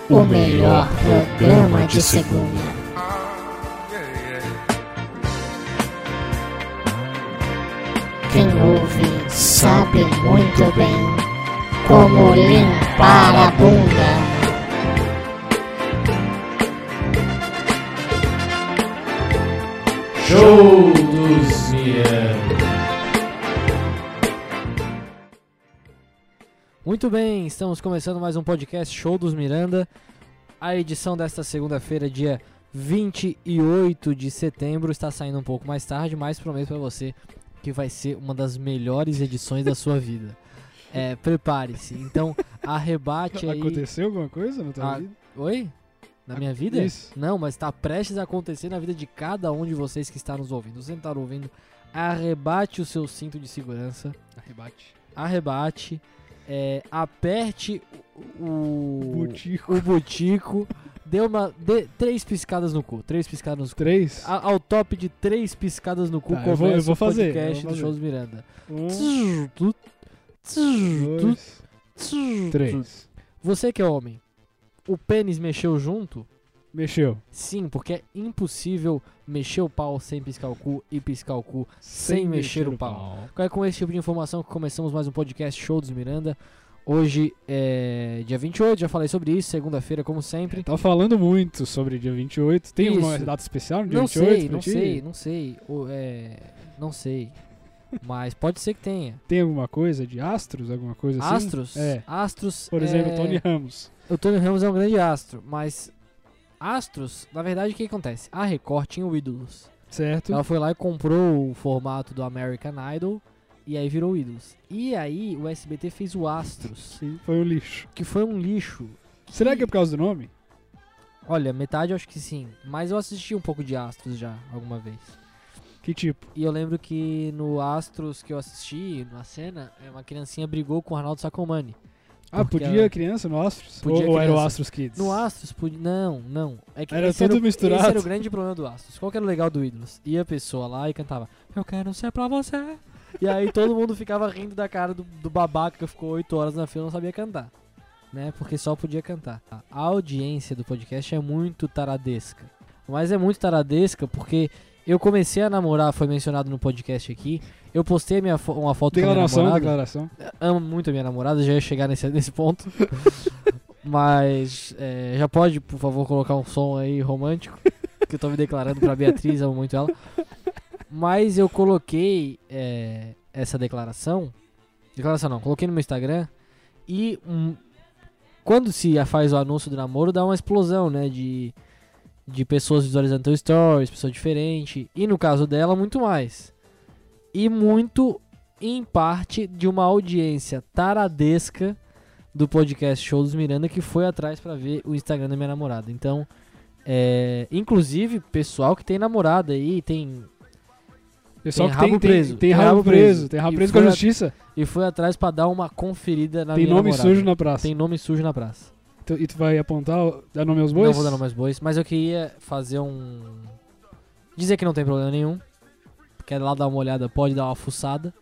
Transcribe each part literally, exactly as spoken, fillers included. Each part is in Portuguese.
o melhor programa de segunda. Quem ouve sabe muito bem como limpar a bunda. Show dos Miranda. Muito bem, estamos começando mais um podcast Show dos Miranda. A edição desta segunda-feira, dia vinte e oito de setembro, está saindo um pouco mais tarde, mas prometo pra você que vai ser uma das melhores edições da sua vida. É, prepare-se. Então, arrebate aí... Aconteceu alguma coisa na tua Ah, vida? Oi? Na minha vida? Isso. Não, mas está prestes a acontecer na vida de cada um de vocês que está nos ouvindo. Você não está ouvindo, arrebate o seu cinto de segurança. Arrebate. Arrebate. É, aperte o, o Butico. o butico. Dê uma, dê três piscadas no cu. Três piscadas no cu. Três? A, ao top de três piscadas no cu, Tá, eu começa vou- eu vou o fazer, podcast eu vou do fazer. Show dos Miranda. Um, Tzu, tu, tzu, tu, dois, tzu, tu. três. Você que é homem, o pênis mexeu junto? Mexeu. Sim, porque é impossível mexer o pau sem piscar o cu e piscar o cu sem, mexer o pau. É com esse tipo de informação que começamos mais um podcast Show dos Miranda. Hoje é dia vinte e oito, já falei sobre isso, segunda-feira como sempre. Tá falando muito sobre dia vinte e oito. Tem Isso. uma data especial no dia Não vinte e oito? sei, pra não ti? sei, não sei, o- é, não sei, mas pode ser que tenha. Tem alguma coisa de astros? Alguma coisa assim? Astros? É. Astros. Por exemplo, é... Tony Ramos. O Tony Ramos é um grande astro, mas astros, na verdade, o que acontece? A Record tinha o Ídolos. Certo? Ela foi lá e comprou o formato do American Idol e aí virou Ídolos. E aí o S B T fez o Astros, Sim, foi um lixo. que foi um lixo. Será que é por causa do nome? Olha, metade eu acho que sim, mas eu assisti um pouco de Astros já, alguma vez. Que tipo? E eu lembro que no Astros que eu assisti, na cena, é, uma criancinha brigou com o Arnaldo Sacomani. Ah, Porque podia ela- criança no Astros? Podia ou, ou era o criança. Astros Kids? No Astros, podia... não, não. É que Era esse tudo o- misturado. Esse era o grande problema do Astros. Qual que era o legal do Ídolos? Ia a pessoa lá e cantava Eu quero ser pra você. E aí todo mundo ficava rindo da cara do, do babaca que ficou oito horas na fila e não sabia cantar. Né? Porque só podia cantar. A audiência do podcast é muito taradesca. Mas é muito taradesca porque eu comecei a namorar, foi mencionado no podcast aqui. Eu postei minha fo- uma foto com a minha Declaração, namorada. declaração. Amo muito a minha namorada, já ia chegar nesse, nesse ponto. Mas é, já pode, por favor, colocar um som aí romântico. Que eu tô me declarando pra Beatriz, amo muito ela. Mas eu coloquei é, essa declaração. Declaração não, coloquei no meu Instagram. E um, quando se faz o anúncio do namoro, dá uma explosão, né? De, de pessoas visualizando teu stories, pessoa diferente. E no caso dela, muito mais. E muito em parte de uma audiência taradesca do podcast Show dos Miranda que foi atrás pra ver o Instagram da minha namorada. Então, é, inclusive, pessoal que tem namorada aí, tem Pessoal Tem que tem, rabo tem, preso, tem tem rabo rabo preso, preso. tem rabo E preso com foi a a- justiça. e foi atrás pra dar uma conferida na Tem minha nome namorada. sujo na praça. Tem nome sujo na praça. Tu- E tu vai apontar, dar nome aos bois? Não vou dar nome aos bois, mas eu queria fazer um... Dizer que não tem problema nenhum. Quer lá dar uma olhada, pode dar uma fuçada.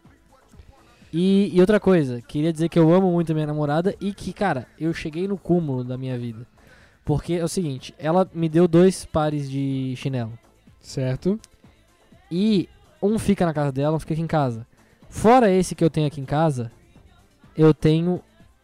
E, e outra coisa, queria dizer que eu amo muito a minha namorada e que, cara, eu cheguei no cúmulo da minha vida. Porque é o seguinte, ela me deu dois pares de chinelo. Certo. E um fica na casa dela, um fica aqui em casa. Fora esse que eu tenho aqui em casa, eu tenho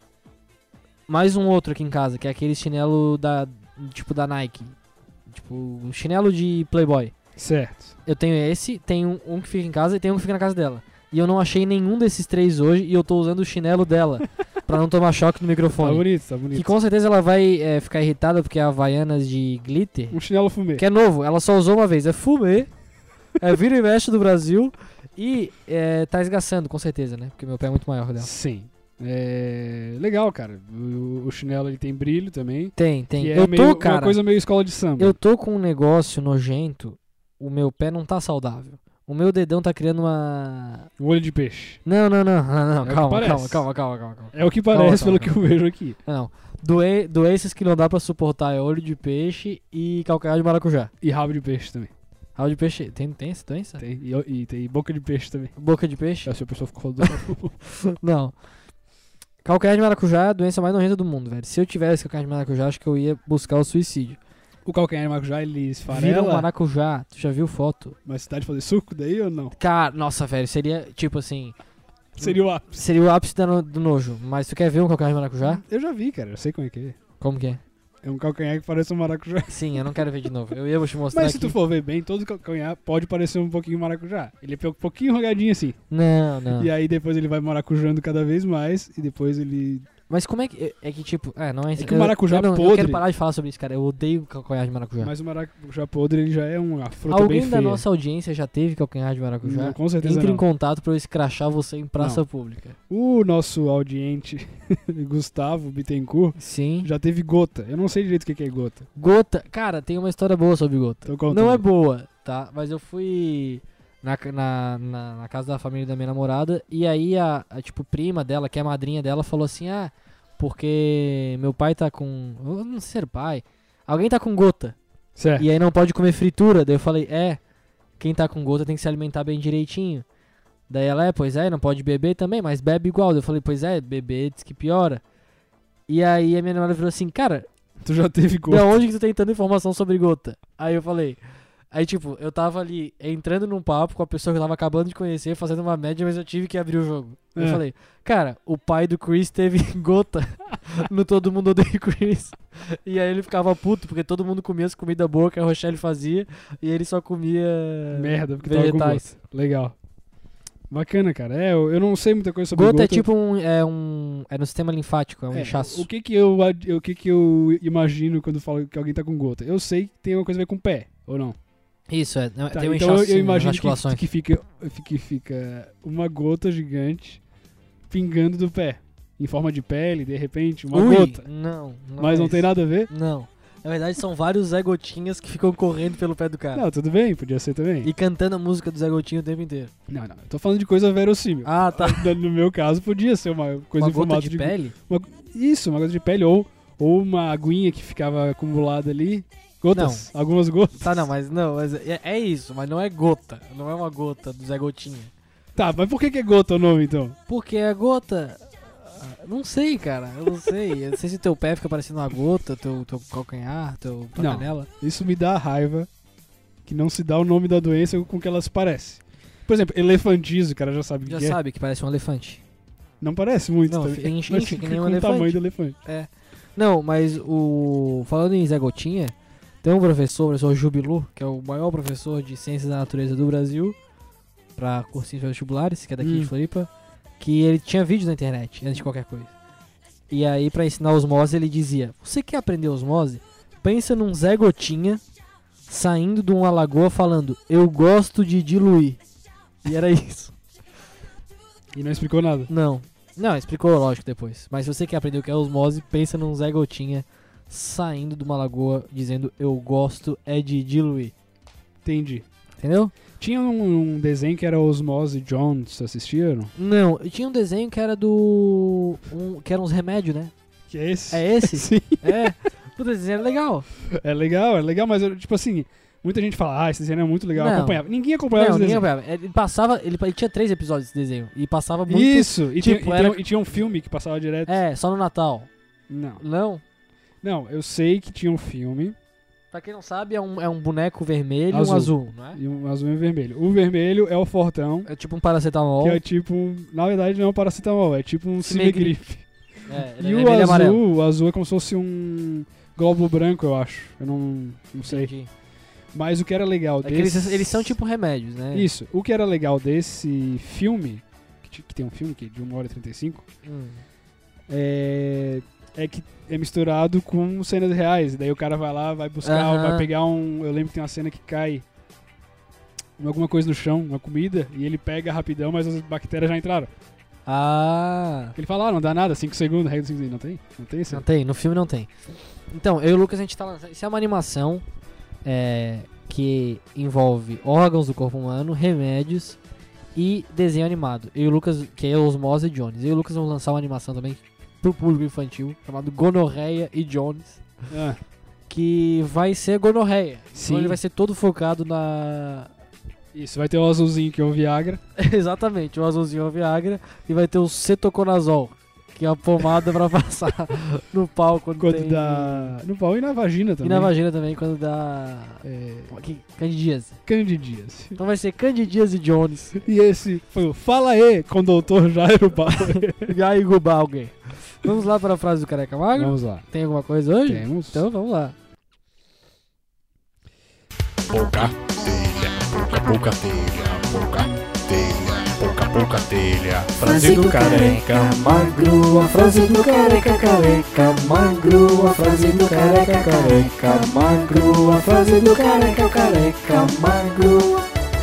mais um outro aqui em casa, que é aquele chinelo da, tipo da Nike. Tipo, um chinelo de Playboy. Certo. Eu tenho esse, tenho um que fica em casa e tem um que fica na casa dela. E eu não achei nenhum desses três hoje e eu tô usando o chinelo dela pra não tomar choque no Tá microfone. bonito, tá bonito. Que com certeza ela vai é, ficar irritada porque é Havaianas de glitter. Um chinelo fumê. Que é novo, ela só usou uma vez. É fumê, é vira e mexe do Brasil e é, tá esgaçando, com certeza, né? Porque meu pé é muito maior dela. Sim. É... Legal, cara. O, o chinelo ele tem brilho também. Tem, tem. Que é eu meio, tô, cara, uma coisa meio escola de samba. eu tô com um negócio nojento. O meu pé não tá saudável. O meu dedão tá criando uma... O olho de peixe. Não, não, não, não, não. É o que calma, parece. calma, calma, calma, calma, calma. É o que parece Calma, calma, pelo que eu vejo aqui. Não, Doe- doenças que não dá pra suportar é olho de peixe e calcanhar de maracujá. E rabo de peixe também. Rabo de peixe, tem, tem essa doença? Tem. E, e tem boca de peixe também. Boca de peixe? Se a pessoa ficou rodando. Não. Calcanhar de maracujá é a doença mais nojenta do mundo, velho. Se eu tivesse calcanhar de maracujá, acho que eu ia buscar o suicídio. O calcanhar de maracujá, ele esfarela. Vira um maracujá, tu já viu foto? Mas você tá de fazer suco daí ou não? Cara, nossa, velho, seria tipo assim... Seria o ápice. Seria o ápice da no- do nojo. Mas tu quer ver um calcanhar de maracujá? Eu já vi, cara. Eu sei como é que é. Como que é? É um calcanhar que parece um maracujá. Sim, eu não quero ver de novo. Eu ia vou te mostrar Mas se aqui. tu for ver bem, todo calcanhar pode parecer um pouquinho maracujá. Ele é um pouquinho enrogadinho assim. Não, não. E aí depois ele vai maracujando cada vez mais. E depois ele... Mas como é que... É que tipo... É, não é... É que o maracujá eu, não, eu podre- quero parar de falar sobre isso, cara. Eu odeio calcanhar de maracujá. Mas o maracujá podre, ele já é uma fruta bem Alguém feia. da nossa audiência já teve calcanhar de maracujá? Não, com certeza Entre não. em contato pra eu escrachar você em praça Não. pública. O nosso audiente, Gustavo Bittencourt, Sim. já teve gota. Eu não sei direito o que que é gota. Gota... Cara, tem uma história boa sobre gota. Então conta. Não é boa, tá? Mas eu fui na, na, na, na casa da família da minha namorada e aí a, a, tipo, prima dela, que é a madrinha dela, falou assim, ah, porque meu pai tá com... Eu não sei se era pai. Alguém tá com gota. Certo. E aí não pode comer fritura. Daí eu falei, é, quem tá com gota tem que se alimentar bem direitinho. Daí ela, é, pois é, não pode beber também, mas bebe igual. Daí eu falei, pois é, beber diz que piora. E aí a minha namorada falou assim, cara, Tu já teve gota. da onde que tu tem tanta informação sobre gota? Aí eu falei... Aí, tipo, eu tava ali entrando num papo com a pessoa que eu tava acabando de conhecer, fazendo uma média, mas eu tive que abrir o jogo. É. Eu falei, cara, o pai do Chris teve gota no Todo Mundo Odeia o Chris. E aí ele ficava puto, porque todo mundo comia as comidas boas que a Rochelle fazia, e ele só comia Merda, porque tava com vegetais. gota. Legal. Bacana, cara. É, eu, eu não sei muita coisa sobre Gota, gota. é tipo um é, um... é no sistema linfático, é um É, inchaço. o que que eu ad- o que que eu imagino quando falo que alguém tá com gota? Eu sei que tem uma coisa a ver com o pé, ou não? Isso, é, Tá, tem um então eu, inchaço eu nas imagino articulações. que, que, fica, que fica uma gota gigante pingando do pé. Em forma de pele, de repente, uma Ui, gota. Não, não Mas é não tem isso. nada a ver? Não. Na verdade, são vários Zé Gotinhas que ficam correndo pelo pé do cara. Não, tudo bem, podia ser também. E cantando a música do Zé Gotinho o tempo inteiro. Não, não, eu tô falando de coisa verossímil. Ah, tá. No meu caso, podia ser uma coisa Uma em gota formato de, pele? Isso, uma gota de pele, ou, ou uma aguinha que ficava acumulada ali. Gotas, algumas gotas. Tá, não, mas não, mas é, é isso, mas não é gota. Não é uma gota do Zé Gotinha. Tá, mas por que que é gota o nome, então? Porque a gota... ah, Não sei, cara, eu não sei. Eu não sei se teu pé fica parecendo uma gota, teu, teu calcanhar, teu, tua Não. canela. Isso me dá raiva que não se dá o nome da doença com que ela se parece. Por exemplo, elefantismo, o cara já sabe o Já que é. sabe que parece um elefante. Não parece muito, Não, tá? enche- Mas enche que fica nem um com o elefante. tamanho do elefante. Não, mas o... Falando em Zé Gotinha, tem um professor, o professor Jubilu, que é o maior professor de ciências da natureza do Brasil, pra cursinhos vestibulares, que é daqui Hum. de Floripa, que ele tinha vídeo na internet, antes de qualquer coisa. E aí, pra ensinar osmose, ele dizia, você quer aprender osmose? Pensa num Zé Gotinha saindo de uma lagoa falando, eu gosto de diluir. E era isso. E não explicou nada. Não. Não, explicou, lógico, depois. Mas se você quer aprender o que é osmose, pensa num Zé Gotinha saindo de uma lagoa dizendo eu gosto é de diluir. Entendi. Entendeu? Tinha um, um desenho que era Osmose Jones, assistiram? Não, eu tinha um desenho que era do... Um, que eram uns remédios, né? Que é esse? É esse? Sim. É. Puta, esse desenho era legal. É legal, é legal, mas eu, tipo assim, muita gente fala, ah, esse desenho é muito legal, eu Não. acompanhava. Ninguém acompanhava Não, esse ninguém desenho. acompanhava. Ele passava... Ele, ele tinha três episódios desse desenho. E passava muito... Isso, e, tipo, tinha, e era- tinha- e tinha um filme que passava direto. É, só no Natal. Não. Não? Não, eu sei que tinha um filme, Pra quem não sabe, é um, é um boneco vermelho e Azul. um azul, não é? e um azul e um vermelho. O vermelho é o Fortão, É tipo um paracetamol. que é tipo um... Na verdade não é um paracetamol, é tipo um Cimegrip. Cimegrip. É, ele E é o vermelho e amarelo. azul, o azul é como se fosse um glóbulo branco, eu acho. Eu não, não sei. Entendi. Mas o que era legal É que desse... eles, eles são tipo remédios, né? Isso. O que era legal desse filme, que, ti- que tem um filme que é de uma hora e trinta e cinco, Hum. é, é que é misturado com cenas reais. E daí o cara vai lá, vai buscar, Aham. vai pegar um... Eu lembro que tem uma cena que cai alguma coisa no chão, uma comida, e ele pega rapidão, mas as bactérias já entraram. Ah, Ele fala, ah, não dá nada, cinco segundos, regra dos cinco segundos. Não tem? Não tem isso? não tem, no filme não tem. Então, eu e o Lucas, a gente tá lançando. Isso é uma animação é, que envolve órgãos do corpo humano, remédios e desenho animado. Eu e o Lucas, que é Osmose Jones. Eu e o Lucas vamos lançar uma animação também pro público infantil, chamado Gonorreia e Jones, Ah, que vai ser gonorreia. Sim. Então ele vai ser todo focado na... isso, vai ter o azulzinho que é o Viagra. Exatamente, o azulzinho é o Viagra e vai ter o cetoconazol, que é a pomada pra passar no pau quando, Quando tem... dá... No pau e na vagina E também. na vagina também, quando dá... É... que- Candidíase. Candidíase. Então vai ser Candidíase Jones. E esse foi o Fala aí com o doutor Jairo Bauer. E aí, Gubalger. Vamos lá para a frase do Careca Magro? Vamos lá. Tem alguma coisa hoje? Temos. Então vamos lá. Pouca telha, pouca, pouca telha, pouca telha, pouca, pouca telha. Frase do careca magro, a frase do careca careca magro, a frase do careca careca magro, a frase do careca careca magro.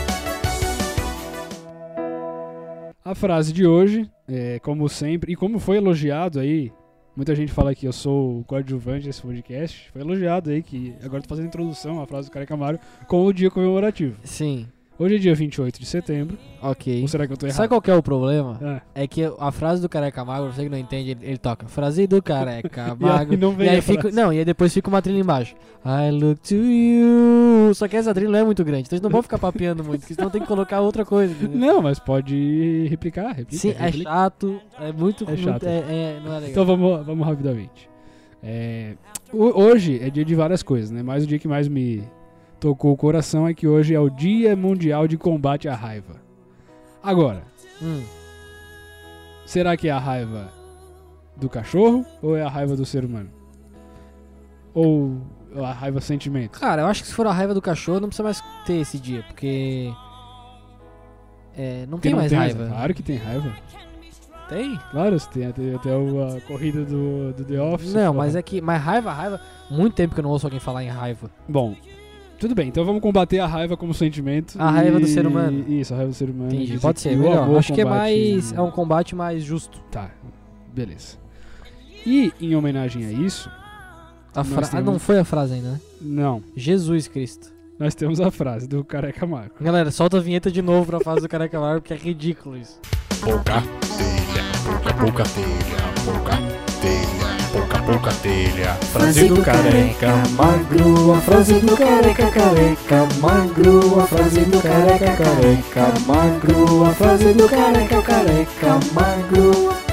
A frase de hoje, é, como sempre, e como foi elogiado aí, muita gente fala que eu sou o coadjuvante desse podcast, foi elogiado aí que agora eu tô fazendo a introdução à frase do Careca Mário com o dia comemorativo. Sim, Hoje é dia vinte e oito de setembro, ok. ou será que eu tô errado? Sabe qual que é o problema? Ah, É que a frase do Careca Magro, você que não entende, ele, ele toca frase do Careca E aí Magro. não vem e aí a fica, frase. não, e aí depois fica uma trilha embaixo. I look to you. Só que essa trilha não é muito grande, então eles não vão ficar papeando muito, porque senão tem que colocar outra coisa. Entendeu? Não, mas pode replicar, replica. Sim, é replica. chato, é muito, É muito chato. é, é- não é legal. Então vamos, vamos rapidamente. É, ho- hoje é dia de várias coisas, né? Mas o dia que mais me tocou o coração é que hoje é o Dia Mundial de Combate à Raiva. Agora, Hum. será que é a raiva do cachorro ou é a raiva do ser humano? Ou a raiva sentimento? Cara, eu acho que se for a raiva do cachorro, não precisa mais ter esse dia, porque. É, não Porque tem não mais tem raiva. Claro que tem raiva. Tem? Claro, você tem até, até o- a corrida do, do The Office. Não, pô. mas é que. Mas raiva, raiva. Muito tempo que eu não ouço alguém falar em raiva. Bom, tudo bem, então vamos combater a raiva como sentimento. A raiva do e- ser humano. Isso, a raiva do ser humano. Entendi. Dizer Pode que ser, o melhor. amor Acho que é combate- mais. É um combate mais justo. Tá, beleza. E em homenagem a isso, A Nós fra... Ah, temos- não foi a frase ainda, né? não, Jesus Cristo. nós temos a frase do Careca Marco. Galera, solta a vinheta de novo pra frase do Careca Magro, porque é ridículo isso. Pouca telha, pouca, pouca telha, pouca telha, pouca, pouca telha. Frase do careca magro, a frase do careca careca magro, a frase do careca careca magro, a frase do careca careca magro.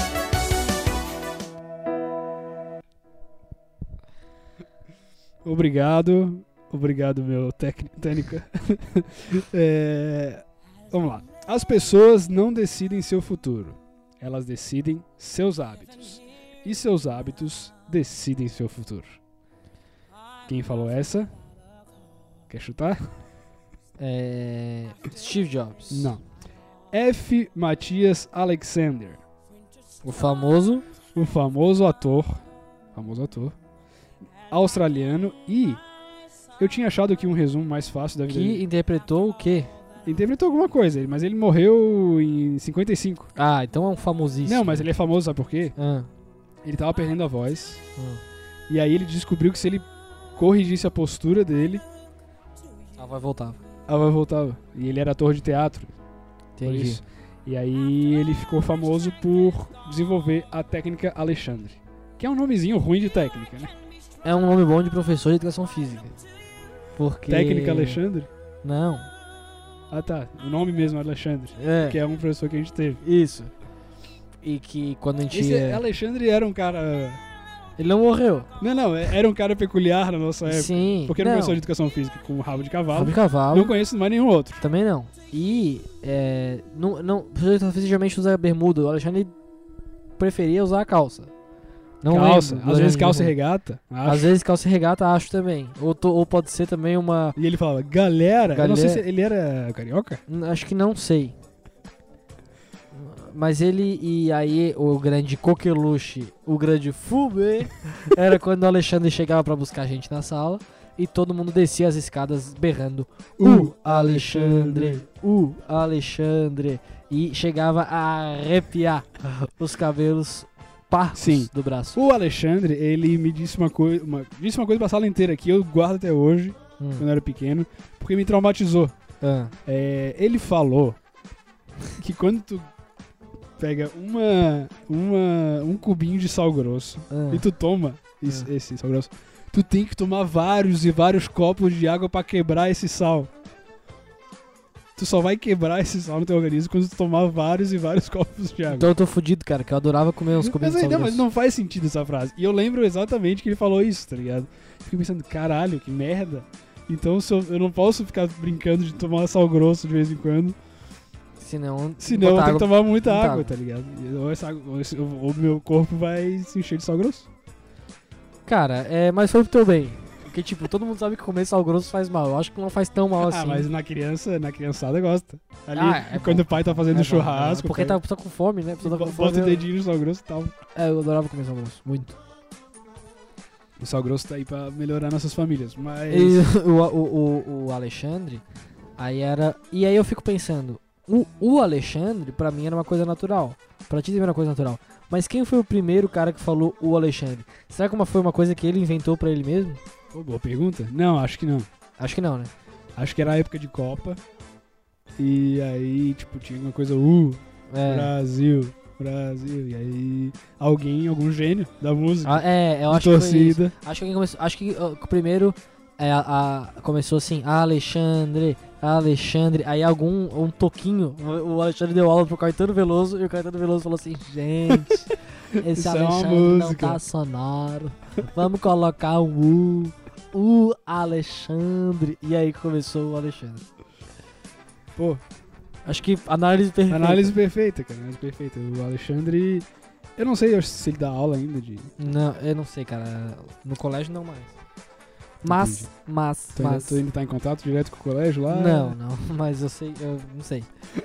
Obrigado, obrigado meu técnico. técnica. É, vamos lá. As pessoas não decidem seu futuro, elas decidem seus hábitos. E seus hábitos decidem seu futuro. Quem falou essa? Quer chutar? É. Steve Jobs. Não. F. Matias Alexander, O famoso. o famoso ator, famoso ator australiano, e eu tinha achado aqui um resumo mais fácil da vida Que dele. interpretou o quê? Interpretou alguma coisa, mas ele morreu em cinquenta e cinco. Ah, então é um famosíssimo. Não, mas ele é famoso, sabe por quê? Ah, Ele tava perdendo a voz, hum. e aí ele descobriu que se ele corrigisse a postura dele, Ah, vai voltar. a voz voltava. E ele era ator de teatro, por Entendi. isso. E aí ele ficou famoso por desenvolver a técnica Alexandre, que é um nomezinho ruim de técnica, né? É um nome bom de professor de educação física. Porque... Técnica Alexandre? Não. Ah tá, o nome mesmo é Alexandre, É, que é um professor que a gente teve. isso. E que quando a gente... Esse ia- Alexandre era um cara... Ele não morreu. Não, não, era um cara peculiar na nossa época. Sim. Porque era um não. professor de educação física com rabo de cavalo. Rabo de cavalo. Não conheço mais nenhum outro. Também não. E... É, não, não, o professor de educação física geralmente usa bermuda. O Alexandre preferia usar a calça. Não calça, lembro do às vezes Alexandre calça e bermuda. regata. acho. Às vezes calça e regata, acho também. Ou, to- ou pode ser também uma... E ele falava, galera, eu não sei se Galera. ele era carioca? N- Acho que não sei. Mas ele e aí o grande coqueluche, o grande fubê, era quando o Alexandre chegava pra buscar a gente na sala e todo mundo descia as escadas berrando o Alexandre, o Alexandre, e chegava a arrepiar os cabelos parcos Sim. do braço. O Alexandre, ele me disse uma coisa, uma, disse uma coisa pra sala inteira que eu guardo até hoje, Hum. quando eu era pequeno, porque me traumatizou. Ah, É, ele falou que quando tu pega uma, uma, um cubinho de sal grosso ah. e tu toma esse, Ah. esse sal grosso, tu tem que tomar vários e vários copos de água pra quebrar esse sal. tu só vai quebrar esse sal no teu organismo quando tu tomar vários e vários copos de água. Então eu tô fudido, cara, que eu adorava comer uns Mas, cubinhos de aí, sal não, mas grosso. não faz sentido essa frase. E eu lembro exatamente que ele falou isso, tá ligado? Fiquei pensando, caralho, que merda. Então se eu, eu não posso ficar brincando de tomar sal grosso de vez em quando. Senão, Senão eu botar tenho que água- tomar muita muita água, água. tá ligado? Ou, essa água- ou esse- ou o meu corpo vai se encher de sal grosso. Cara, é, mas foi pro teu bem. Porque, tipo, todo mundo sabe que comer sal grosso faz mal. Eu acho que não faz tão mal assim. Ah, mas na criança, na criançada gosta. Ali, Ah, é quando bom. o pai tá fazendo É bom, churrasco, é, porque pega- tá, tá com fome, né? A pessoa tá com fome. bota o eu- dedinho no sal grosso e tal. É, eu adorava comer sal grosso. Muito. O sal grosso tá aí pra melhorar nossas famílias, mas... E o, o, o, o Alexandre, aí era. E aí eu fico pensando, o, o Alexandre, pra mim, era uma coisa natural. Pra ti também era uma coisa natural. Mas quem foi o primeiro cara que falou o Alexandre? Será que uma, foi uma coisa que ele inventou pra ele mesmo? Pô, boa pergunta. Não, acho que não. Acho que não, né? Acho que era a época de Copa. E aí, tipo, tinha uma coisa, uh, É. Brasil, Brasil. E aí, alguém, algum gênio da música, Ah, é, eu de acho que foi isso. torcida. Acho que alguém começou. Acho que uh, o primeiro é, a, a- começou assim, Alexandre, Alexandre. Aí algum um toquinho, o, o Alexandre deu aula pro Caetano Veloso e o Caetano Veloso falou assim, gente, esse Isso é uma Alexandre não música. tá sonoro. Vamos colocar um U, o Alexandre. E aí começou o Alexandre. Pô, Acho que análise perfeita. análise perfeita, cara, análise perfeita. O Alexandre, eu não sei se ele dá aula ainda de... Não, eu não sei, cara. No colégio não mais. Mas, Entendi. mas, Tu ainda, mas. tu ainda tá em contato direto com o colégio lá? Não, não, mas eu sei, eu não sei.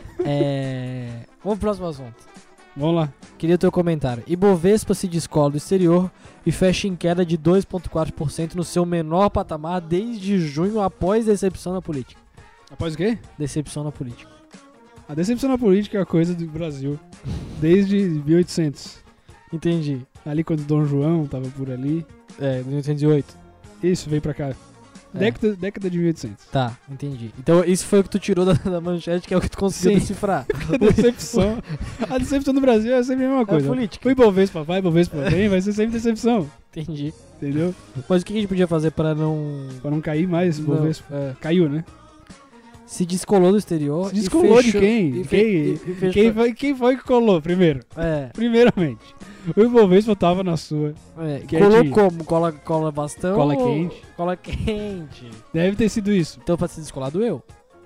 É... Vamos pro próximo assunto. Vamos lá. Queria o teu comentário. Ibovespa se descola do exterior e fecha em queda de dois vírgula quatro por cento no seu menor patamar desde junho após decepção na política. Após o quê? Decepção na política. A decepção na política é a coisa do Brasil. Desde mil e oitocentos. Entendi. Ali quando Dom João tava por ali. É, mil oitocentos e oito. Isso, veio pra cá. É. Década, década de mil e oitocentos. Tá, entendi. Então isso foi o que tu tirou da, da manchete, que é o que tu conseguiu Sim. decifrar. A decepção. A decepção do Brasil é sempre a mesma É coisa. política. O Ibovespa vai, Ibovespa vem, vai ser sempre decepção. Entendi. Entendeu? Mas o que a gente podia fazer pra não... Pra não cair mais o não Ibovespa. é. Caiu, né? Se descolou do exterior. Se e descolou fechou- de quem? e fe- Quem, e- e fechou- quem, foi, quem foi que colou primeiro? É, Primeiramente. O Ibovespa tava na sua. é. Que é Colou de- como? Cola, cola bastão? Cola ou- quente. Cola quente. Deve ter sido isso. Então pra se descolar doeu.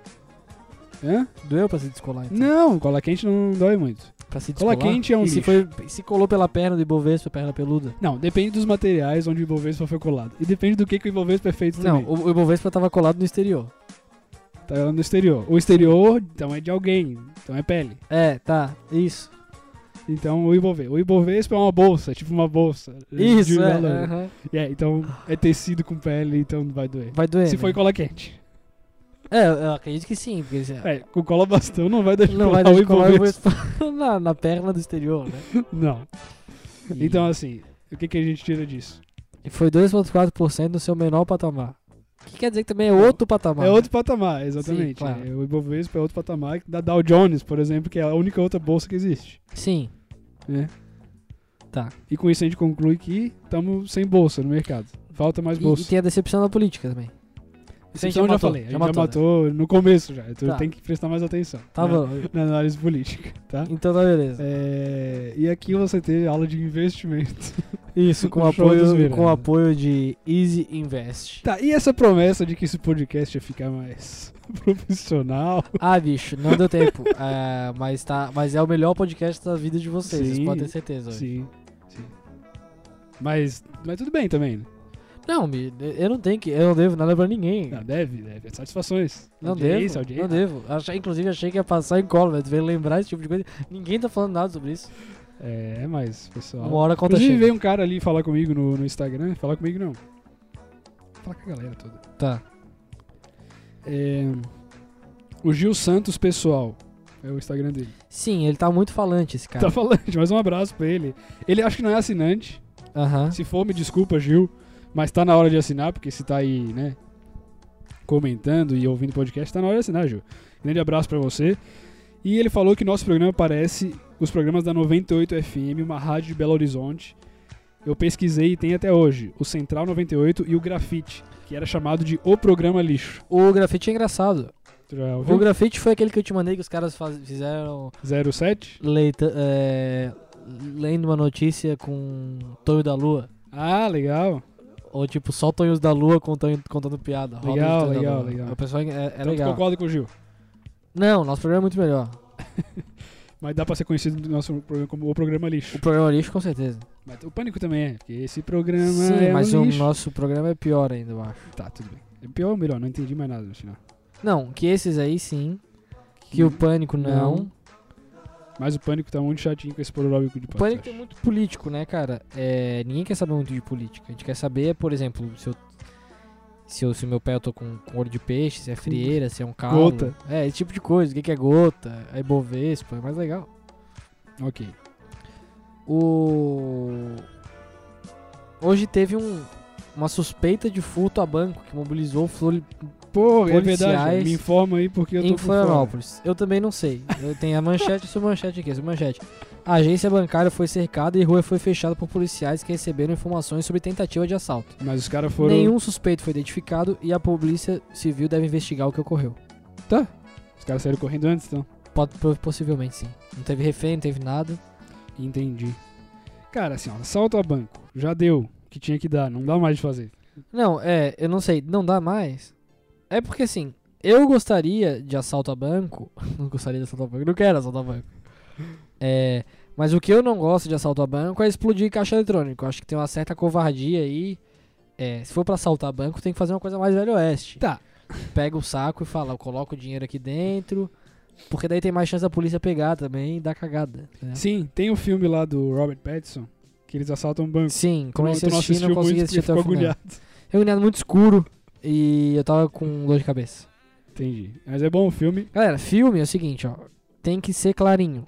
Hã? Doeu pra se descolar, então. Não, cola quente não dói muito. Pra se Cola descolar. quente é um E se, lixo. foi, se colou pela perna do Ibovespa, perna peluda? Não, depende dos materiais onde o Ibovespa foi colado. E depende do que, que o Ibovespa é feito Não, também. o, o Ibovespa tava colado no exterior. Tá no exterior. O exterior, então, é de alguém. Então é pele. É, tá, isso. Então o Ibovespa. O Ibovespa é uma bolsa, é tipo uma bolsa. Isso, de é. valor. aham. É, então é tecido com pele, então vai doer. Vai doer. Se né? foi cola quente. É, eu acredito que sim. Porque, eles- É, com cola bastão não vai deixar não colar vai o deixar colar o Ibovespa. Ibovespa na, na perna do exterior, né? Não. E- Então assim, o que, que a gente tira disso? E foi dois vírgula quatro por cento no seu menor patamar. O que quer dizer que também é outro patamar. É outro patamar, exatamente. Sim, claro. É, o Ibovespa é outro patamar da Dow Jones, por exemplo, que é a única outra bolsa que existe. Sim, Né? tá. E com isso a gente conclui que estamos sem bolsa no mercado. Falta mais E, e bolsa. tem a decepção na política também. Isso a gente Então, já já matou, falei, a já gente já matou, matou no começo já. Tu Tá. tem que prestar mais atenção. Tá né, bom. na análise política, tá? Então tá beleza. É, e aqui você teve aula de investimento. Isso, com o show dos apoio, virados. com apoio de Easy Invest. Tá, e essa promessa de que esse podcast ia ficar mais profissional? Ah, bicho, não deu tempo. É, mas, tá, mas é o melhor podcast da vida de vocês, vocês Sim, podem ter certeza. hoje. Sim, sim. Mas, mas tudo bem também, né? Não, me- eu não tenho que. Eu não devo nada pra ninguém. Não, deve, deve. É satisfações. Não Audiência, devo, audiência. não devo. Achei, inclusive achei que ia passar em colo, mas veio lembrar esse tipo de coisa. Ninguém tá falando nada sobre isso. É, mas, pessoal. Uma hora a conta Inclusive chega. veio um cara ali falar comigo no, no Instagram. Falar comigo não. Falar com a galera toda. Tá. É, o Gil Santos Pessoal. É o Instagram dele. Sim, ele tá muito falante, esse cara. Tá falando, mas um abraço pra ele. Ele acho que não é assinante. Aham. Se for, me desculpa, Gil. Mas tá na hora de assinar, porque se tá aí, né, comentando e ouvindo podcast, tá na hora de assinar, Gil. Grande abraço pra você. E ele falou que nosso programa parece os programas da noventa e oito F M, uma rádio de Belo Horizonte. Eu pesquisei e tem até hoje o Central noventa e oito e o Grafite, que era chamado de O Programa Lixo. O grafite é engraçado. Tu Tu já O ouviu? grafite foi aquele que eu te mandei que os caras faz- fizeram zero sete? leita, é, lendo uma notícia com Tonho da Lua. Ah, legal. Ou tipo, só Tonhos da Lua contando, contando piada. roda de Legal, Tonho da legal, Lua. legal. O pessoal é, é Então tu legal. concorda com o Gil. Não, nosso programa é muito melhor. Mas dá pra ser conhecido no nosso programa como o programa lixo. O programa lixo, com certeza. Mas o Pânico também é, porque esse programa Sim, é mas um o lixo. nosso programa é pior ainda, eu acho. Tá, tudo bem. É pior ou melhor? Não entendi mais nada no final. Não, que esses aí sim. Que o Pânico não. Não. Mas o Pânico tá muito chatinho com esse proróbico de O Pânico podcast. é muito político, né, cara? É, ninguém quer saber muito de política. A gente quer saber, por exemplo, se eu. Se, eu, se o meu pé eu tô com, com olho de peixe, se é frieira, se é um calo. Gota. É, esse tipo de coisa. O que que é gota? É Ibovespa, é mais legal. Ok. O... Hoje teve um, uma suspeita de furto a banco que mobilizou flor... Pô, é Policiais verdade. Me informa aí porque eu tô em por fora. Florianópolis. Eu também não sei. Eu tenho a manchete e sua manchete aqui. Essa manchete. A agência bancária foi cercada e rua foi fechada por policiais que receberam informações sobre tentativa de assalto. Mas os caras foram... Nenhum suspeito foi identificado e a polícia civil deve investigar o que ocorreu. Tá. Os caras saíram correndo antes, então. Pode, possivelmente sim. Não teve refém, não teve nada. Entendi. Cara, assim, ó, assalto a banco. Já deu o que tinha que dar. Não dá mais de fazer. Não, é, eu não sei, não dá mais. É porque assim, eu gostaria de assalto a banco. Não gostaria de assalto a banco, não quero assalto a banco. É, mas o que eu não gosto de assalto a banco é explodir caixa eletrônico. Eu acho que tem uma certa covardia aí. É, se for pra assaltar banco, tem que fazer uma coisa mais velho oeste. Tá. Pega o saco e fala, eu coloco o dinheiro aqui dentro. Porque daí tem mais chance da polícia pegar também e dar cagada. Né? Sim, tem o filme lá do Robert Pattinson, que eles assaltam um banco. Sim, Tu não- comecei tu a não assistir e não assistiu consegui muito assistir porque até o ficou final. agulhado. É um unidade muito escuro e eu tava com dor de cabeça. Entendi. Mas é bom o filme Galera, filme é o seguinte, ó. Tem que ser clarinho.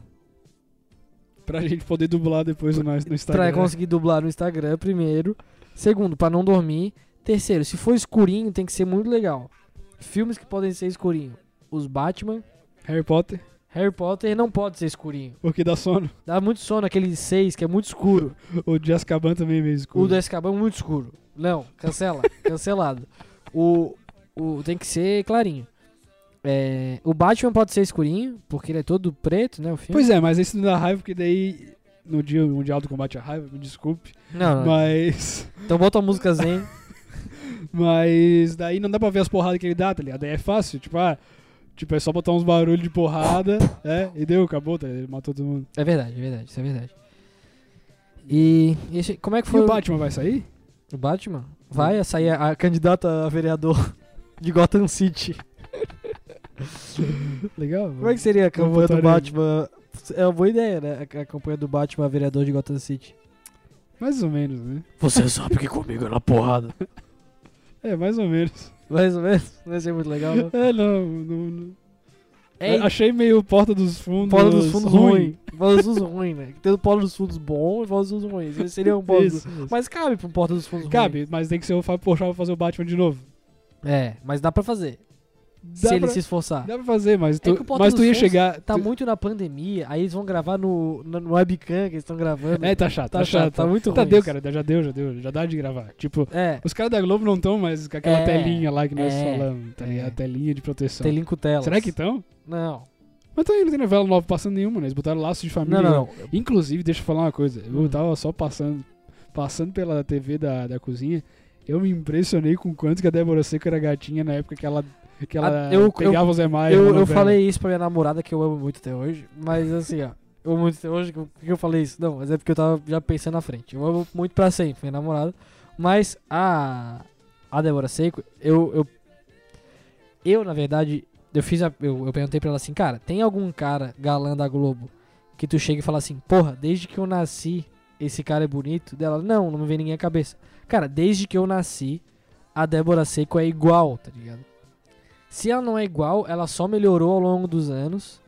pra gente poder dublar depois no, no Pra Instagram. conseguir dublar no Instagram, primeiro. Segundo, pra não dormir. Terceiro, se for escurinho, tem que ser muito legal. Filmes que podem ser escurinho. Os Batman. Harry Potter, Harry Potter não pode ser escurinho. porque dá sono. Dá muito sono, aquele seis que é muito escuro. O de Azkaban também é meio escuro. O do Azkaban é muito escuro. Não, cancela. Cancelado. O, o, tem que ser clarinho. É, o Batman pode ser escurinho, porque ele é todo preto, né, o filme. Pois é, mas esse não dá raiva, porque daí no dia mundial do combate à raiva, me desculpe, Não, não. mas Então bota a música zen. mas daí não dá pra ver as porradas que ele dá, tá ligado? Daí é fácil, tipo, ah, tipo, é só botar uns barulhos de porrada, é, e deu, acabou, tá ligado? Ele matou todo mundo. É verdade, é verdade, isso é verdade. E, e esse- como é que E foi o Batman vai sair? o Batman? Vai sair a, a candidata a vereador de Gotham City. Legal. Como é que seria a Vou campanha do votar Batman? É uma boa ideia, né? A, a campanha do Batman a vereador de Gotham City. Mais ou menos, né? Você sabe que comigo é na porrada. É, mais ou menos. Mais ou menos? Não vai ser muito legal, não? É, não, não, não. É, Achei meio Porta dos Fundos. Polo dos Fundos ruim. ruim. Polo dos Fundos ruim, né? Tem o Polo dos Fundos bom e Polo dos Fundos ruins. Esse seria um Polo dos... Isso, isso. Mas cabe pro Porta dos Fundos ruim. Cabe, mas tem que ser o Fábio Porchat pra fazer o Batman de novo. É, mas dá pra fazer. Dá se ele pra, se esforçar. dá pra fazer, mas tu, É que o Porta mas tu dos ia Fundos chegar... Tá tu- muito na pandemia, aí eles vão gravar no, no, no webcam que eles estão gravando. É, tá chato, Tá tá, chato, chato. tá muito Tá, ruim deu, isso. cara, já deu, já deu. Já dá de gravar. Tipo, É, os caras da Globo não estão mais com aquela É, telinha lá que nós é, falamos, tá ligado? é. A telinha de proteção. tem link com telas. Será que estão? Não. Mas também não tem novela nova passando nenhuma, né? Eles botaram Laços de Família. Não, não, não. Inclusive, deixa eu falar uma coisa. Eu Hum. tava só passando, passando pela T V da, da cozinha. Eu me impressionei com quanto que a Débora Seco era gatinha na época que ela, que ela Ah, eu- pegava o Zé Maia. Eu, na eu novela. falei isso pra minha namorada, que eu amo muito até hoje. Mas assim, ó. Eu amo muito até hoje. Por que eu falei isso? Não, mas é porque eu tava já pensando na frente. Eu amo muito pra sempre, minha namorada. Mas a. A Débora Seco, eu. Eu, eu na verdade. Eu fiz a, eu, eu perguntei pra ela assim, cara, tem algum cara galã da Globo que tu chega e fala assim, porra, desde que eu nasci, esse cara é bonito? Dela, não, não me vem ninguém à cabeça. Cara, desde que eu nasci, a Débora Seco é igual, tá ligado? Se ela não é igual, ela só melhorou ao longo dos anos.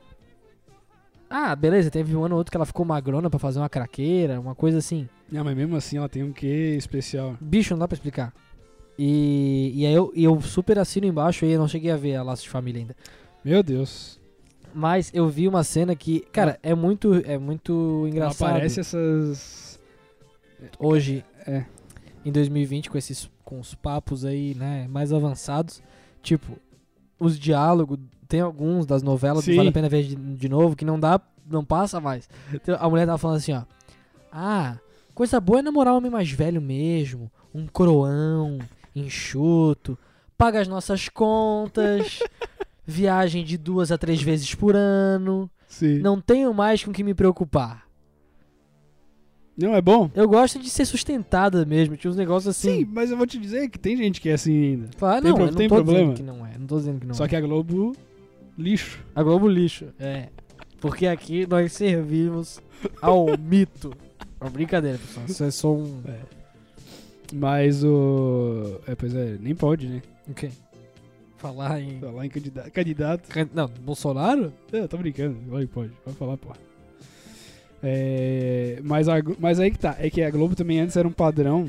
Ah, beleza, teve um ano ou outro que ela ficou magrona pra fazer uma craqueira, uma coisa assim. Não, mas mesmo assim ela tem um quê especial. Bicho, não dá pra explicar. E, e aí eu, e eu super assino embaixo aí, eu não cheguei a ver a Laço de Família ainda. Meu Deus. Mas eu vi uma cena que, cara, é muito, é muito engraçado. Aparece essas... Hoje, É. em dois mil e vinte, com esses com os papos aí, né, mais avançados. Tipo, os diálogos, tem alguns das novelas que Sim. vale a pena ver de, de novo, que não dá, não passa mais. Então, a mulher tava falando assim, ó. Ah, coisa boa é namorar um homem mais velho mesmo, um coroão, enxuto, paga as nossas contas, viagem de duas a três vezes por ano, Sim. não tenho mais com o que me preocupar. Não é bom? Eu gosto de ser sustentada mesmo, tinha uns negócios assim. Sim, mas eu vou te dizer que tem gente que é assim ainda. Fala, Tem não, pro- eu não tem tô problema? dizendo que não é, não tô dizendo que não Só é. que a Globo, lixo. A Globo lixo, é. Porque aqui nós servimos ao mito. É uma brincadeira, pessoal. Isso é só um... É. Mas o... É, pois é, nem pode, né? O quê? Falar em... Falar em candidato. Candidato. Can- Não, Bolsonaro? É, tô brincando. Vai, pode. Pode falar, pô. É, mas, a, Glo- mas aí que tá. É que a Globo também antes era um padrão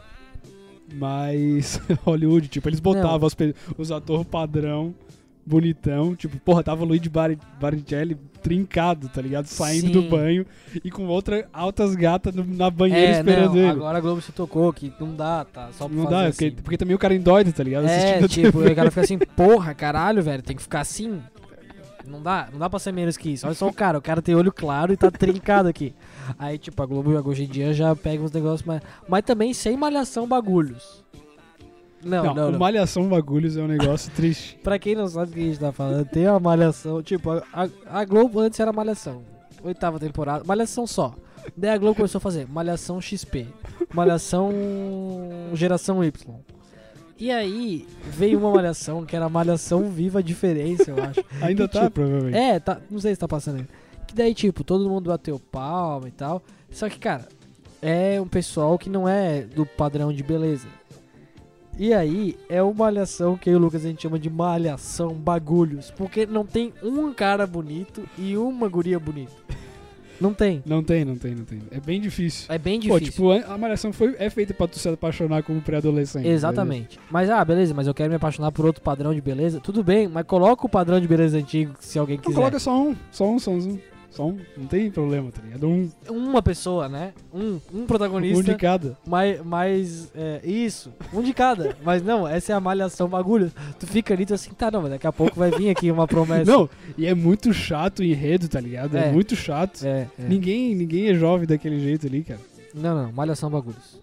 mais Hollywood. Tipo, eles botavam as pe- os atores padrão, bonitão. Tipo, porra, tava o Luigi Bar- Baricelli trincado, tá ligado? Saindo Sim. do banho e com outra altas gatas no- na banheira É, esperando não, ele. agora a Globo se tocou que não dá, tá? Só pra Não fazer dá, assim. porque, porque também o cara endoide, tá ligado? É, Assistindo a tipo, T V. o cara fica assim, porra, caralho, velho, tem que ficar assim. Não dá, não dá pra ser menos que isso. Olha só o cara, o cara tem olho claro e tá trincado aqui. Aí, tipo, a Globo hoje em dia já pega uns negócios mais... Mas também sem malhação bagulhos. Não, Não, não, o não. Malhação Bagulhos é um negócio triste. Pra quem não sabe o que a gente tá falando, tem uma malhação. Tipo, a, a- a Globo antes era malhação. Oitava temporada, malhação só. Daí a Globo começou a fazer malhação X P, malhação geração Y. E aí veio uma malhação que era malhação Viva a Diferença, eu acho. Ainda Que, tá, tipo, provavelmente. É, tá, não sei se tá passando ainda. Que daí, tipo, todo mundo bateu palma e tal. Só que, cara, é um pessoal que não é do padrão de beleza. E aí, é uma malhação que eu e o Lucas a gente chama de malhação bagulhos. Porque não tem um cara bonito e uma guria bonita. Não tem. Não tem, não tem, não tem. É bem difícil. É bem Pô, difícil. tipo, a Malhação foi, é feita pra tu se apaixonar como pré-adolescente. Exatamente. Mas, ah, beleza, mas eu quero me apaixonar por outro padrão de beleza. Tudo bem, mas coloca o padrão de beleza antigo se alguém Não, quiser. coloca só um, só um, só um. Só um. Não tem problema, tá ligado? Um, Uma pessoa, né? Um, um um protagonista. de cada. Mais, mais é, isso, um de cada. Mas não, essa é a malhação bagulho. Tu fica ali, tu assim, tá, não, mas daqui a pouco vai vir aqui uma promessa. Não, e é muito chato o enredo, tá ligado? É, É. muito chato. É, é. Ninguém, ninguém é jovem daquele jeito ali, cara. Não, não, malhação bagulhos.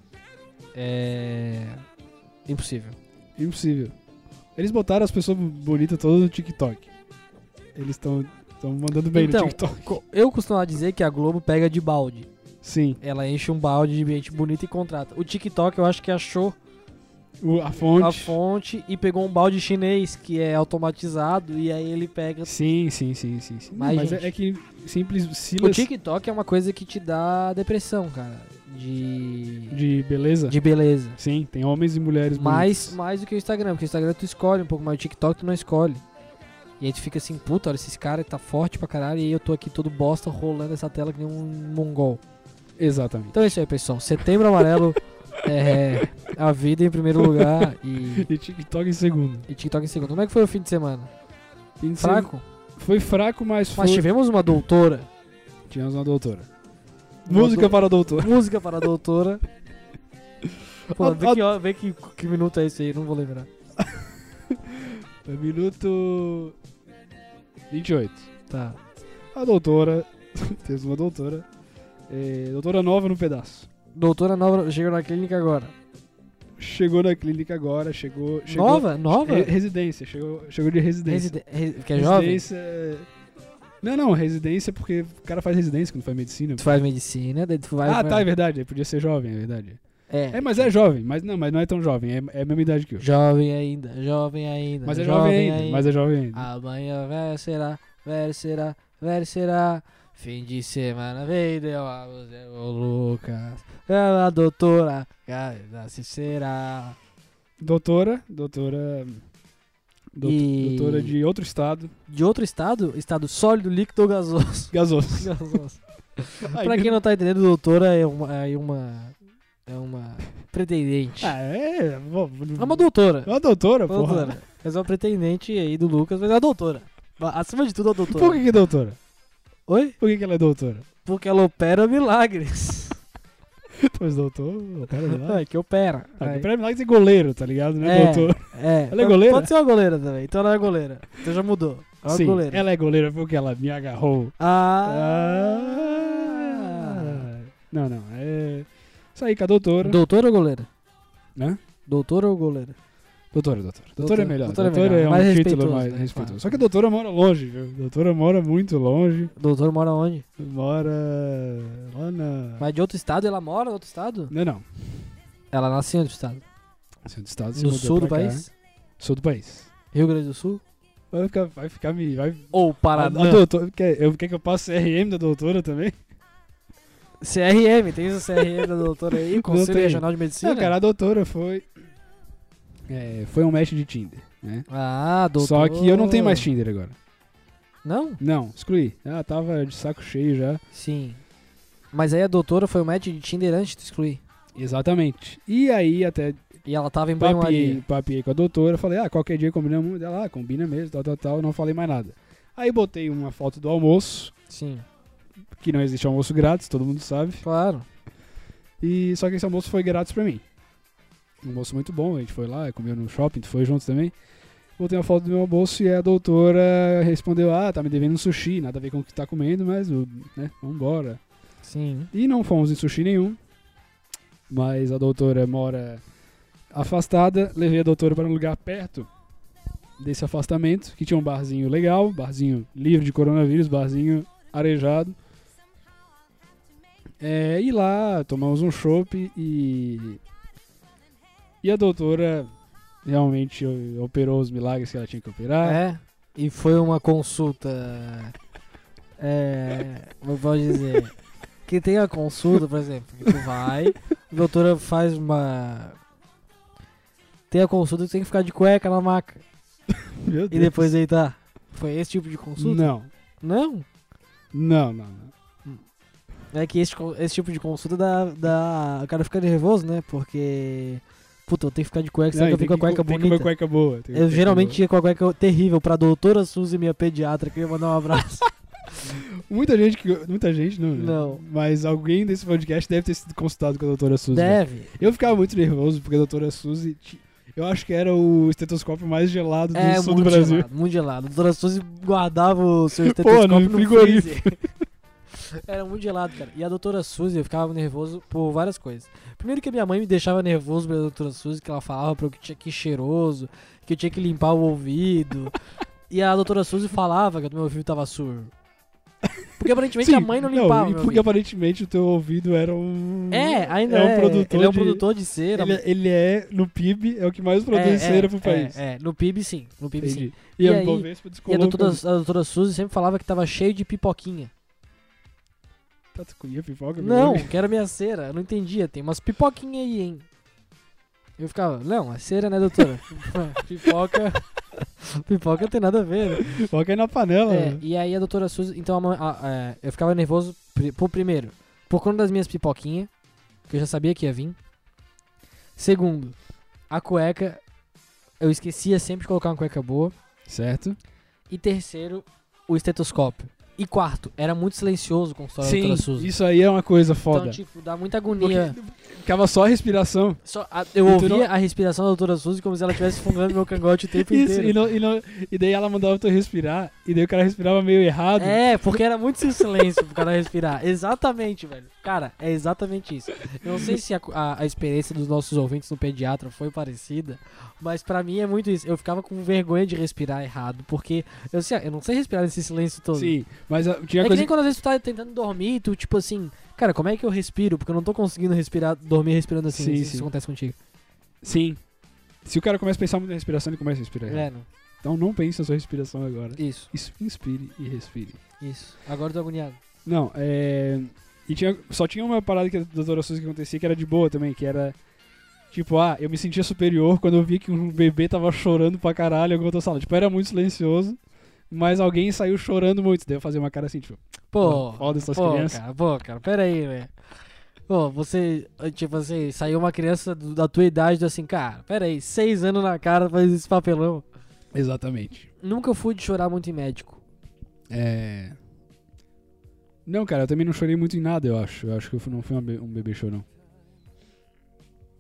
É. Impossível. Impossível. Eles botaram as pessoas bonitas todas no TikTok. Eles estão mandando bem Então, no TikTok. co- eu costumo dizer que a Globo pega de balde. Sim. Ela enche um balde de gente bonita e contrata. O TikTok eu acho que achou O- a fonte. a fonte e pegou um balde chinês que é automatizado e aí ele pega. Sim, sim, sim, sim. sim. Não, Mais mas gente. é, é que simples O Silas TikTok é uma coisa que te dá depressão, cara. De. de beleza. De beleza. Sim, tem homens e mulheres Mais, bonitos. mais do que o Instagram, porque o Instagram tu escolhe um pouco, mas o TikTok tu não escolhe. E aí tu fica assim, puta, olha esses caras tá forte pra caralho, e aí eu tô aqui todo bosta rolando essa tela que nem um mongol. Exatamente. Então é isso aí, pessoal. Setembro Amarelo é a vida em primeiro lugar e, E TikTok em segundo. e TikTok em segundo. Como é que foi o fim de semana? Fim de Fraco? semana- Foi fraco, mas foi. Mas tivemos uma doutora. Tínhamos uma doutora. Uma Música dou- para a doutora. Música para a doutora. Pô, A- vê a- que, ó, vê que, que minuto é esse aí, não vou lembrar. É minuto vinte e oito. Tá. A doutora. Temos uma doutora. É, doutora nova no pedaço. Doutora nova chegou na clínica agora. Chegou na clínica agora, chegou. chegou Nova? Nova? Re- residência, chegou, chegou de residência. Reside... re- Que é jovem? Residência. Não, não, residência porque o cara faz residência quando faz medicina. Tu faz medicina, daí tu vai... ah, vai- tá, é verdade. Podia ser jovem, é verdade. É. É, mas é jovem, mas não, mas não é tão jovem, é, é a mesma idade que eu. Jovem ainda, jovem ainda. Mas é jovem ainda, mas é jovem ainda. Amanhã velho será, velho será, velho será. Fim de semana vem, deu a você, ô Lucas. A doutora, cara, se será. Doutora, doutora. Doutor, E- Doutora de outro estado. De outro estado? Estado sólido, líquido ou gasoso? Gasoso. Gasoso. Ai, Pra quem não tá entendendo, doutora é uma. É uma, é uma pretendente. Ah, é. vou- É uma doutora. É uma doutora, Uma porra. doutora. Mas é uma pretendente aí do Lucas, mas é uma doutora. Acima de tudo, é uma doutora. Por que, que é doutora? Oi? Por que, que ela é doutora? Porque ela opera milagres. Mas doutor, opera milagre. É, que opera. Ah, Aí. opera milagre é goleiro, tá ligado? Não é, É, doutor. É. Ela é goleira? Pode ser uma goleira também. Então ela é goleira. Então já mudou. É uma Sim, goleira. ela é goleira porque ela me agarrou. Ah. Ah. Não, não. É. Isso aí com a doutora. Doutora ou goleira? Né? Doutora ou goleira? Doutora, doutora. Doutora Doutora- é melhor. doutora Doutora, é melhor. é um Mais título respeitoso, mais né? respeitoso. Claro. Só que a doutora mora longe, viu? A doutora mora muito longe. Doutora mora onde? Mora lá na... Mas de outro estado? Ela mora em outro estado? Não, não. Ela nasceu em outro estado. Centro do estado, se No mudou sul do pra cá. país? Sul do país. Rio Grande do Sul? Vai ficar, vai ficar me... Vai... Ou A, Paraná? a doutora... Quer, eu, quer que eu passe C R M da doutora também? C R M, tem o C R M da doutora aí? Conselho tem. Regional de Medicina? Não, cara, a doutora foi... É, foi um match de Tinder, né? Ah, doutor. Só que eu não tenho mais Tinder agora. Não? Não, excluí. Ah, tava de saco cheio já. Sim. Mas aí a doutora foi o match de Tinder antes de excluir. Exatamente. E aí até E ela tava em papiei, banho-maria. papiei com a doutora, falei, ah, qualquer dia combinamos. Ela, ah, combina mesmo, tal, tal, tal. Não falei mais nada. Aí botei uma foto do almoço, Sim, que não existe almoço grátis, todo mundo sabe. claro. E só que esse almoço foi grátis pra mim. Um almoço muito bom, a gente foi lá, comeu no shopping, tu foi juntos também. Botei uma foto do meu almoço e a doutora respondeu, ah, tá me devendo um sushi, nada a ver com o que tá comendo, mas, né, vambora. Sim. E não fomos em sushi nenhum, mas a doutora mora afastada, levei a doutora para um lugar perto desse afastamento, que tinha um barzinho legal, barzinho livre de coronavírus, barzinho arejado. É, e lá tomamos um chopp e... E a doutora realmente operou os milagres que ela tinha que operar. É. E foi uma consulta. É. Como pode dizer? Que tem a consulta, por exemplo, que tu vai, a doutora faz uma. Tem a consulta que tu tem que ficar de cueca na maca. Meu E Deus. depois deitar. Foi esse tipo de consulta? Não, Não? não, não, não. É que esse, co- esse tipo de consulta dá, dá. O cara fica nervoso, né? Porque. Puta, eu tenho que ficar de cueca, senão Não, eu tem fico com a que- cueca tem que comer bonita. cueca boa. tem que comer Eu cueca geralmente boa. ia com a cueca terrível pra doutora Suzy, minha pediatra, que eu ia mandar um abraço. Muita gente que. Muita gente não, né? Não. Mas alguém desse podcast deve ter sido consultado com a doutora Suzy. Deve. Eu ficava muito nervoso porque a doutora Suzy. ti- Eu acho que era o estetoscópio mais gelado do É, sul do muito Brasil. gelado, muito gelado. A doutora Suzy guardava o seu Pô, estetoscópio no no frigorífico. freezer. Era muito gelado, cara. E a doutora Suzy, eu ficava nervoso por várias coisas. Primeiro que a minha mãe me deixava nervoso pela doutora Suzy, que ela falava pra eu que tinha que ir cheiroso, que eu tinha que limpar o ouvido. E a doutora Suzy falava que o meu ouvido tava surdo. Porque aparentemente a mãe não limpava e meu porque ouvido. aparentemente o teu ouvido era um. É, ainda é é. um produtor ele é um de- produtor de cera. Ele, ele é, no P I B, é o que mais produz É, cera é, pro país. É, é, no P I B sim. No P I B sim. Entendi. E, E a aí- Bovespa E a descolou. doutora, com- a doutora Suzy sempre falava que tava cheio de pipoquinha. Tá, tu comia pipoca? Não, meu? que era minha cera. Eu não entendia. Tem umas pipoquinhas aí, hein? Eu ficava, não, é cera, né, doutora? Pipoca. Pipoca não tem nada a ver, né? Pipoca é na panela. É, né? e aí a doutora Suzy. Então a mãe- a- é, eu ficava nervoso, pri- por primeiro, por conta das minhas pipoquinhas, que eu já sabia que ia vir. Segundo, a cueca. Eu esquecia sempre de colocar uma cueca boa. Certo. E terceiro, o estetoscópio. E quarto, era muito silencioso o consultório da Sim, doutora Suzy. isso aí é uma coisa foda. Então, tipo, dá muita agonia. Porque ficava só a respiração. Só a- eu E tu ouvia não- a respiração da doutora Suzy como se ela estivesse fungando meu cangote o tempo Isso, inteiro. e, não- e, não- e daí ela mandava tu respirar, e daí o cara respirava meio errado. É, porque era muito silêncio pro cara respirar. Exatamente, velho. Cara, é exatamente isso. Eu não sei se a, a- a experiência dos nossos ouvintes no pediatra foi parecida, mas pra mim é muito isso. Eu ficava com vergonha de respirar errado, porque eu, sei, eu não sei respirar nesse silêncio todo. Sim, mas ah, tinha É que coisa nem quando às vezes tu tá tentando dormir e tu, tipo assim, cara, como é que eu respiro? Porque eu não tô conseguindo respirar, dormir respirando assim. Sim, Não sei se sim. isso acontece contigo. Sim. Se o cara começa a pensar muito na respiração, ele começa a respirar. errado. É, não. Então não pense na sua respiração agora. Isso, Isso, inspire e respire. isso. Agora eu tô agoniado. Não, é. E tinha, só tinha uma parada que a doutora Suzy que acontecia que era de boa também, que era. Tipo, ah, eu me sentia superior quando eu vi que um bebê tava chorando pra caralho em alguma outra sala. Tipo, era muito silencioso, mas alguém saiu chorando muito. Daí eu fazia uma cara assim, tipo, Pô, foda essas pô, crianças. cara, pô, cara, pera aí, velho. Pô, você, tipo assim, saiu uma criança do- da tua idade, assim, cara, pera aí, seis anos na cara faz esse papelão. Exatamente. Nunca fui de chorar muito em médico. É. Não, cara, eu também não chorei muito em nada, eu acho. Eu acho que eu fui- não fui uma be- um bebê chorão.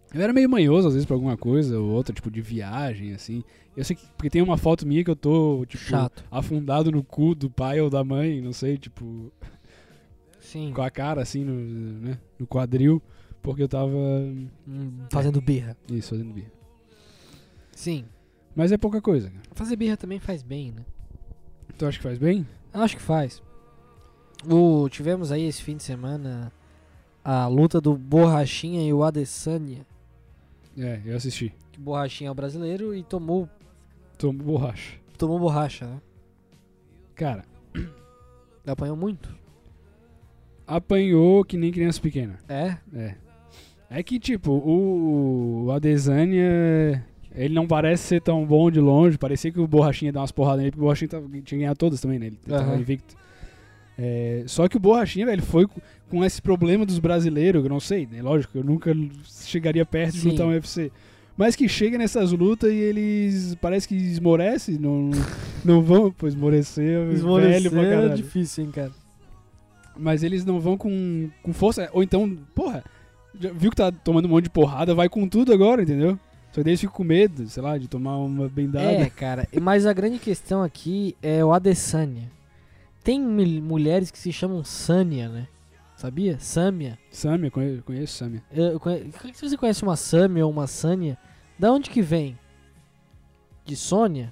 Eu era meio manhoso, às vezes, pra alguma coisa ou outra, tipo, de viagem, assim. Eu sei que, porque tem uma foto minha que eu tô, tipo, Chato. afundado no cu do pai ou da mãe, não sei, tipo, Sim. com a cara, assim, no, né, no quadril, porque eu tava, Hum, Fazendo birra. isso, fazendo birra. Sim. Mas é pouca coisa, cara. Fazer birra também faz bem, né? Tu acha que faz bem? Eu acho que faz. O, tivemos aí esse fim de semana a luta do Borrachinha e o Adesanya. É, eu assisti. Que Borrachinha é o brasileiro e tomou, Tomo borracha. tomou borracha, né? Cara, Apanhou muito. apanhou que nem criança pequena. É? É. É que, tipo, o, o Adesanya, ele não parece ser tão bom de longe. Parecia que o Borrachinha ia dar umas porradas nele, porque o Borrachinha tava, tinha ganhado todas também, né? Ele tava Aham. invicto. É, só que o Borrachinha, velho, foi com, com esse problema dos brasileiros, eu não sei, né? Lógico, eu nunca chegaria perto de Sim. lutar um U F C. Mas que chega nessas lutas e eles parece que esmorecem, não, não vão, pô, esmorecer, velho pra é caralho. difícil, hein, cara. Mas eles não vão com, com força. Ou então, porra, já viu que tá tomando um monte de porrada, vai com tudo agora, entendeu? Só que daí eles ficam com medo, sei lá, de tomar uma bendada. É, cara. Mas a grande questão aqui é o Adesanya. Tem mil- mulheres que se chamam Sânia, né? Sabia? Sâmia. Samia, conheço, conheço Samia. Eu conhe- Se você conhece uma Sâmia ou uma Sânia, da onde que vem? De Sônia?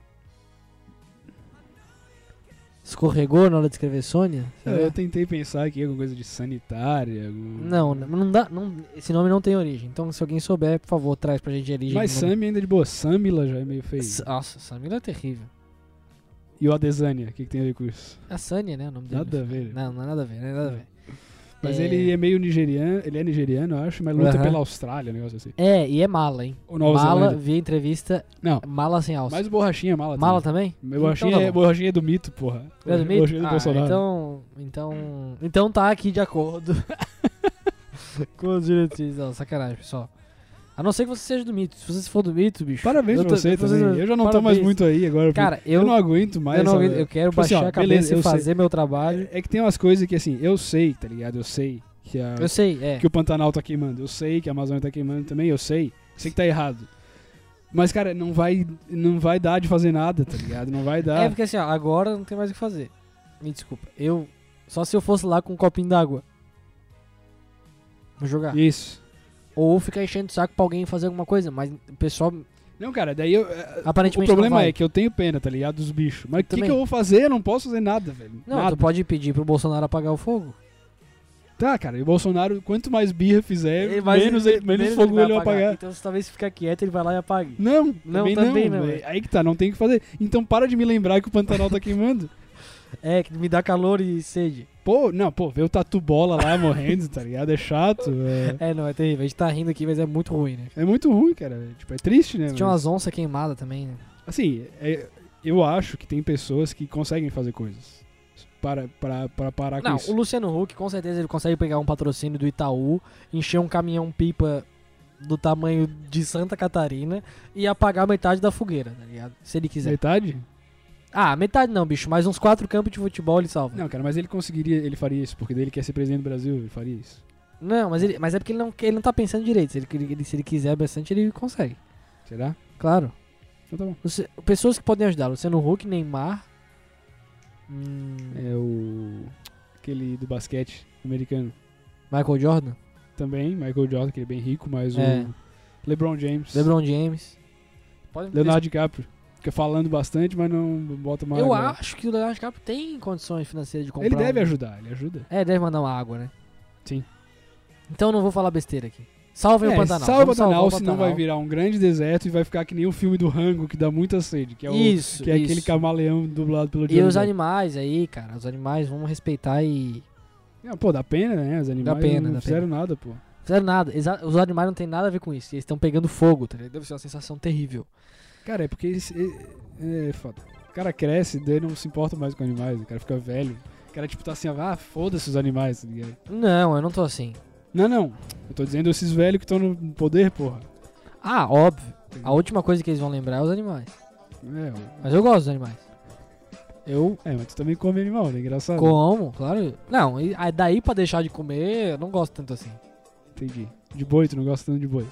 Escorregou na hora de escrever Sônia? Será? Eu tentei pensar aqui alguma coisa de sanitária. Algum... Não, não não dá. Não, esse nome não tem origem. Então, se alguém souber, por favor, traz pra gente a origem. Mas do nome. Samia ainda de boa. Samila já é meio feio. S- Nossa, Samila é terrível. E o Adesanya, o que, que tem a ver com isso? A Sânia, né? O nome dele. Nada a ver. Não, não é nada a ver, não é nada a ver. Mas É. ele é meio nigeriano, ele é nigeriano, eu acho, mas luta Aham. pela Austrália, um negócio assim. É, e é mala, hein? Ou Nova Mala, Zelândia. vi a entrevista, Não, mala sem alça. mas o Borrachinha é mala Mala também. também? Meu borrachinha, Então tá é, bom. borrachinha é do mito, porra. É do mito? Borrachinha do Ah, Bolsonaro. então, então, então tá aqui de acordo com os diretrizes. Não, sacanagem, pessoal. A não ser que você seja do mito. Se você for do mito, bicho. Parabéns eu pra tô- você você- também. Eu já não tô mais parabéns. muito aí agora. Cara, eu, eu, não aguento mais. eu, não, sabe? aguento, eu quero Tipo assim, baixar ó, a cabeça beleza, e eu sei. fazer meu trabalho. É que tem umas coisas que assim, eu sei, tá ligado? Eu sei que, a, Eu sei, é. que o Pantanal tá queimando. Eu sei que a Amazônia tá queimando também, eu sei. Sei que tá errado. Mas, cara, não vai, não vai dar de fazer nada, tá ligado? Não vai dar. É porque assim, ó, agora não tem mais o que fazer. Me desculpa. Eu. Só se eu fosse lá com um copinho d'água. Vou jogar. Isso. Ou ficar enchendo o saco pra alguém fazer alguma coisa. Mas o pessoal. Não, cara, daí eu. é, Aparentemente o problema não vai. é que eu tenho pena, tá ligado? Dos bichos. Mas o que, Também. que eu vou fazer? Eu não posso fazer nada, velho. Não, nada. tu pode pedir pro Bolsonaro apagar o fogo. Tá, cara, e o Bolsonaro, quanto mais birra fizer, Ele- mas menos, ele- ele, menos menos fogo ele vai apagar. Então, se talvez se ficar quieto, ele vai lá e apague. Não, Não, também, também não. não, velho. é. Aí que tá, não tem o que fazer. Então para de me lembrar que o Pantanal tá queimando. É, que me dá calor e sede. Pô, não, pô, ver o Tatu Bola lá morrendo, tá ligado? É chato. É, É, não, é terrível. A gente tá rindo aqui, mas é muito ruim, né? é muito ruim, cara. Tipo, é triste, né? Tinha mas- umas onças queimadas também, né? Assim, é- eu acho que tem pessoas que conseguem fazer coisas para, para, para parar Não, com isso. o Luciano Huck, com certeza, ele consegue pegar um patrocínio do Itaú, encher um caminhão-pipa do tamanho de Santa Catarina e apagar metade da fogueira, tá ligado? Se ele quiser. Metade? Ah, metade não, bicho. Mais uns quatro campos de futebol ele salva. Não, cara, mas ele conseguiria, ele faria isso, porque daí ele quer ser presidente do Brasil, ele faria isso. Não, mas, ele, mas é porque ele não, ele não tá pensando direito. Se ele, ele- se ele quiser bastante, ele consegue. Será? Claro. Então tá bom. Luci- Pessoas que podem ajudar. Luciano Huck, Neymar. hum, É o... aquele do basquete americano. Michael Jordan. Também, Michael Jordan, que ele é bem rico, mas É. o LeBron James. LeBron James. Pode- Leonardo DiCaprio. Fica falando bastante, mas não bota uma Eu água. acho que o Leonardo DiCaprio tem condições financeiras de comprar. Ele deve um- ajudar, ele ajuda. É, deve mandar uma água, né? Sim. Então eu não vou falar besteira aqui. Salvem É, o Pantanal. salva o Vamos salvar Pantanal, o senão Pantanal. vai virar um grande deserto e vai ficar que nem o filme do Rango, que dá muita sede, que é, o, Isso, que é isso. aquele camaleão dublado pelo E Johnny os Depp. animais aí, cara. Os animais, vamos respeitar e... Não, pô, dá pena, né? Os animais pena, não dá fizeram nada, pô. Fizeram nada. Exa- Os animais não tem nada a ver com isso. Eles estão pegando fogo, tá ligado? Deve ser uma sensação terrível. Cara, é porque esse, é, é foda. O cara cresce, daí não se importa mais com animais, o cara fica velho. O cara, tipo, tá assim, ah, foda-se os animais, tá ligado? Não, eu não tô assim. Não, não. Eu tô dizendo esses velhos que estão no poder, porra. Ah, óbvio. A última coisa que eles vão lembrar é os animais. É, o- Mas eu gosto dos animais. Eu é, mas tu também come animal, né? Engraçado. como, claro. Não, e aí daí pra deixar de comer, eu não gosto tanto assim. Entendi. De boi, tu não gosta tanto de boi.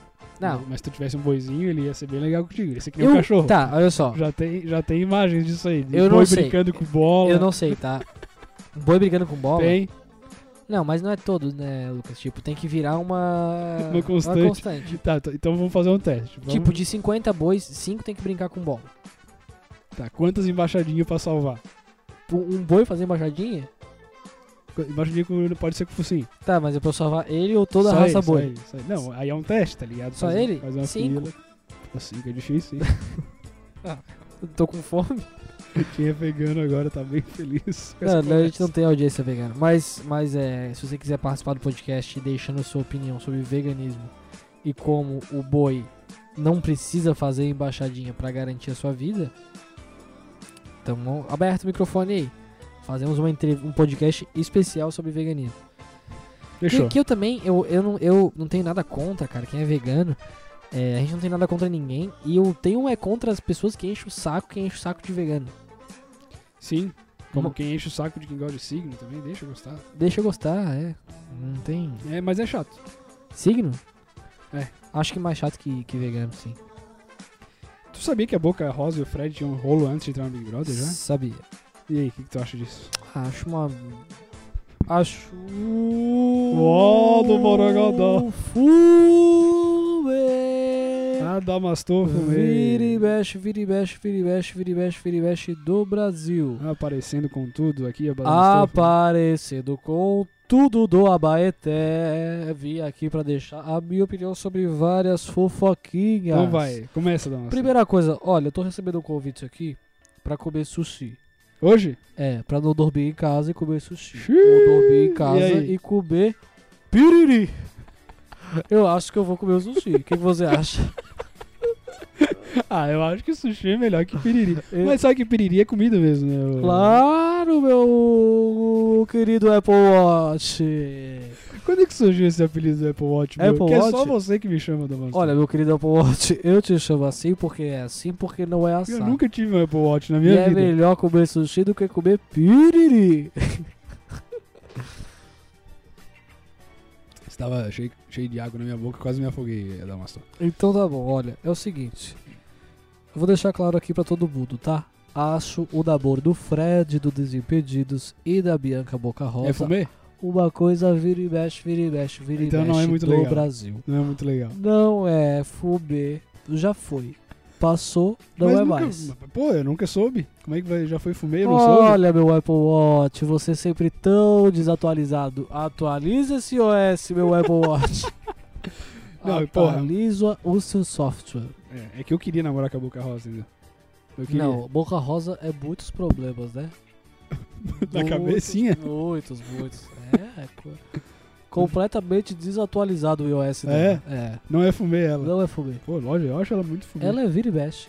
Não. Mas se tu tivesse um boizinho, ele ia ser bem legal contigo. Ele ia ser que nem um Eu- cachorro. Tá, olha só. Já tem, já tem imagens disso aí. De Eu não boi sei. brincando com bola. Eu não sei, tá? Um boi brigando com bola? Tem. Não, mas não é todo, né, Lucas? Tipo, tem que virar uma... Uma constante. Uma constante. Tá, t- então vamos fazer um teste. Vamos... Tipo, de cinquenta bois, cinco tem que brincar com bola. Tá, quantas embaixadinhas pra salvar? Um um boi fazer embaixadinha? Qu- Embaixadinha com, pode ser com focinho. Tá, mas é pra eu salvar ele ou toda a Só raça ele, só boi? ele, só ele. Não, aí é um teste, tá ligado? Só Faz- ele? Faz uma Cinco? fila. Pô, cinco é difícil, hein? Eu tô com fome. Quem é vegano agora tá bem feliz. com Não, essa não, a gente não conversa. tem audiência vegana. Mas, mas é, se você quiser participar do podcast deixando sua opinião sobre veganismo e como o boi não precisa fazer embaixadinha pra garantir a sua vida, então aberto o microfone aí. Fazemos uma entrev- um podcast especial sobre veganismo. Fechou. Que, que eu também, eu, eu, não, eu não tenho nada contra, cara, quem é vegano. É, a gente não tem nada contra ninguém. E eu tenho é contra as pessoas que enchem o saco, quem enche o saco de vegano. Sim. Como Uma- quem enche o saco de quem gosta de signo também, deixa eu gostar. Deixa eu gostar, é. Não tem. É, mas é chato. Signo? É. Acho que mais chato que, que vegano, sim. Tu sabia que a Boca Rosa e o Fred tinham um rolo antes de entrar no Big Brother já? Sabia. E aí, o que, que tu acha disso? Acho uma. Acho. Uó, do Borogodó. Fume. Ah, Damastor Vira e Fumê. mexe, vira e mexe, vira e mexe, vira e mexe, vira e mexe do Brasil. Aparecendo com tudo aqui, a Damastor Fumê. Aparecendo com tudo do Abaeté. Vim aqui pra deixar a minha opinião sobre várias fofoquinhas. Então vai, começa, Damastor. Primeira coisa, olha, eu tô recebendo um convite aqui pra comer sushi. Hoje? É, pra não dormir em casa e comer sushi. Xiii, Ou dormir em casa e aí? e, comer piriri. Eu acho que eu vou comer o sushi. O que que você acha? Ah, eu acho que sushi é melhor que piriri. Eu- Mas sabe que piriri é comida mesmo, né? Claro, meu querido Apple Watch. Quando é que surgiu esse apelido do Apple Watch, meu? Apple que é só Watch? você que me chama, Damastor. Olha, meu querido Apple Watch, eu te chamo assim porque é assim, porque não é eu assado. nunca tive um Apple Watch na E minha é vida. melhor comer sushi do que comer piriri. Estava cheio, cheio de água na minha boca, quase me afoguei, Damastor. Então tá bom, olha, é o seguinte. Eu vou deixar claro aqui pra todo mundo, tá? Acho o namoro do Fred, do Desimpedidos e da Bianca Boca Rosa É fumê? uma coisa vira e mexe, vira e mexe, vira Então e não mexe é muito do legal. Brasil. Não é muito legal. Não é fumê, já foi. Passou, não Mas é nunca- mais. Pô, eu nunca soube. Como é que vai? Já foi fumê, eu não soube? Olha, meu Apple Watch, você sempre tão desatualizado. Atualiza esse O S, meu Apple Watch. Não, porra. Atualiza o seu software. É, é que eu queria namorar com a Boca Rosa, entendeu? Eu queria. Não, Boca Rosa é muitos problemas, né? Na Muitos, cabecinha? Muitos, muitos. É, co- completamente desatualizado o iOS dela. É. Não é fumê ela. Não é fumê. Pô, lógico, eu acho ela muito fumê. Ela é vira e mexe.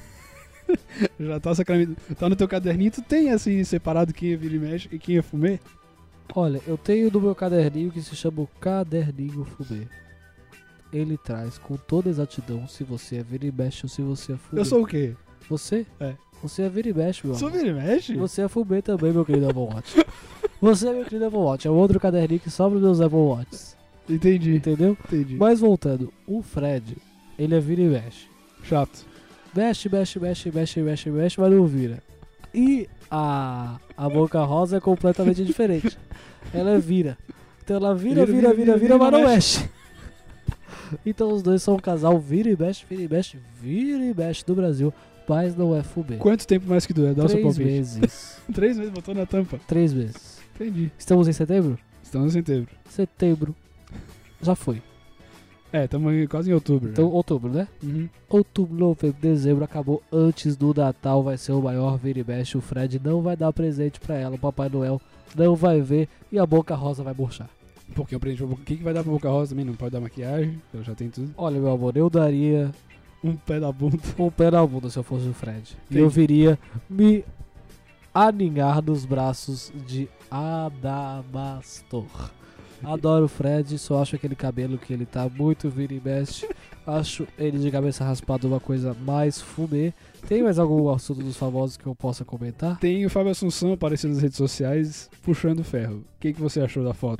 Já tá sacramentado. Tá no teu caderninho, tu tem assim separado quem é vira e mexe e quem é fumê? Olha, eu tenho no meu caderninho que se chama o Caderninho Fumê. Ele traz com toda exatidão se você é vira e mexe ou se você é fumê. Eu sou o quê? Você? É. Você é vira e mexe, meu Sou amor. vira e mexe? Você é fumê também, meu querido Apple Watch. Você, meu querido Apple Watch, é outro caderninho que sobra meus Apple Watches. Entendi, Entendeu? entendi. Mas voltando, o Fred, ele é vira e mexe. Chato. Mexe, mexe, mexe, mexe, mexe, mexe, mas não vira. E a, a Boca Rosa é completamente diferente. Ela vira. Então ela vira, vira, vira, vira, mas não mexe. Então os dois são um casal vira e mexe, vira e mexe, vira e mexe do Brasil, mas não é fumê. Quanto tempo mais que dura? Dá o seu Três palpite. meses. Três meses, botou na tampa. Três meses. Entendi. Estamos em setembro? Estamos em setembro. Setembro. Já foi. É, estamos quase em outubro. Então, já. outubro, né? Uhum. Outubro, novembro, dezembro acabou antes do Natal, vai ser o maior vira e mexe. O Fred não vai dar presente pra ela, o Papai Noel não vai ver e a Boca Rosa vai murchar. Porque eu aprendi. O que, que vai dar pra Boca Rosa também? Não pode dar maquiagem, ela já tem tudo. Olha, meu amor, eu daria Um pé da bunda. um pé na bunda se eu fosse o Fred. E Entendi. eu viria me aninhar nos braços de Adamastor. Adoro o Fred, só acho aquele cabelo que ele tá muito vira e mexe. Acho ele de cabeça raspada uma coisa mais fumê. Tem mais algum assunto dos famosos que eu possa comentar? Tem o Fábio Assunção aparecendo nas redes sociais puxando ferro. O que, que você achou da foto?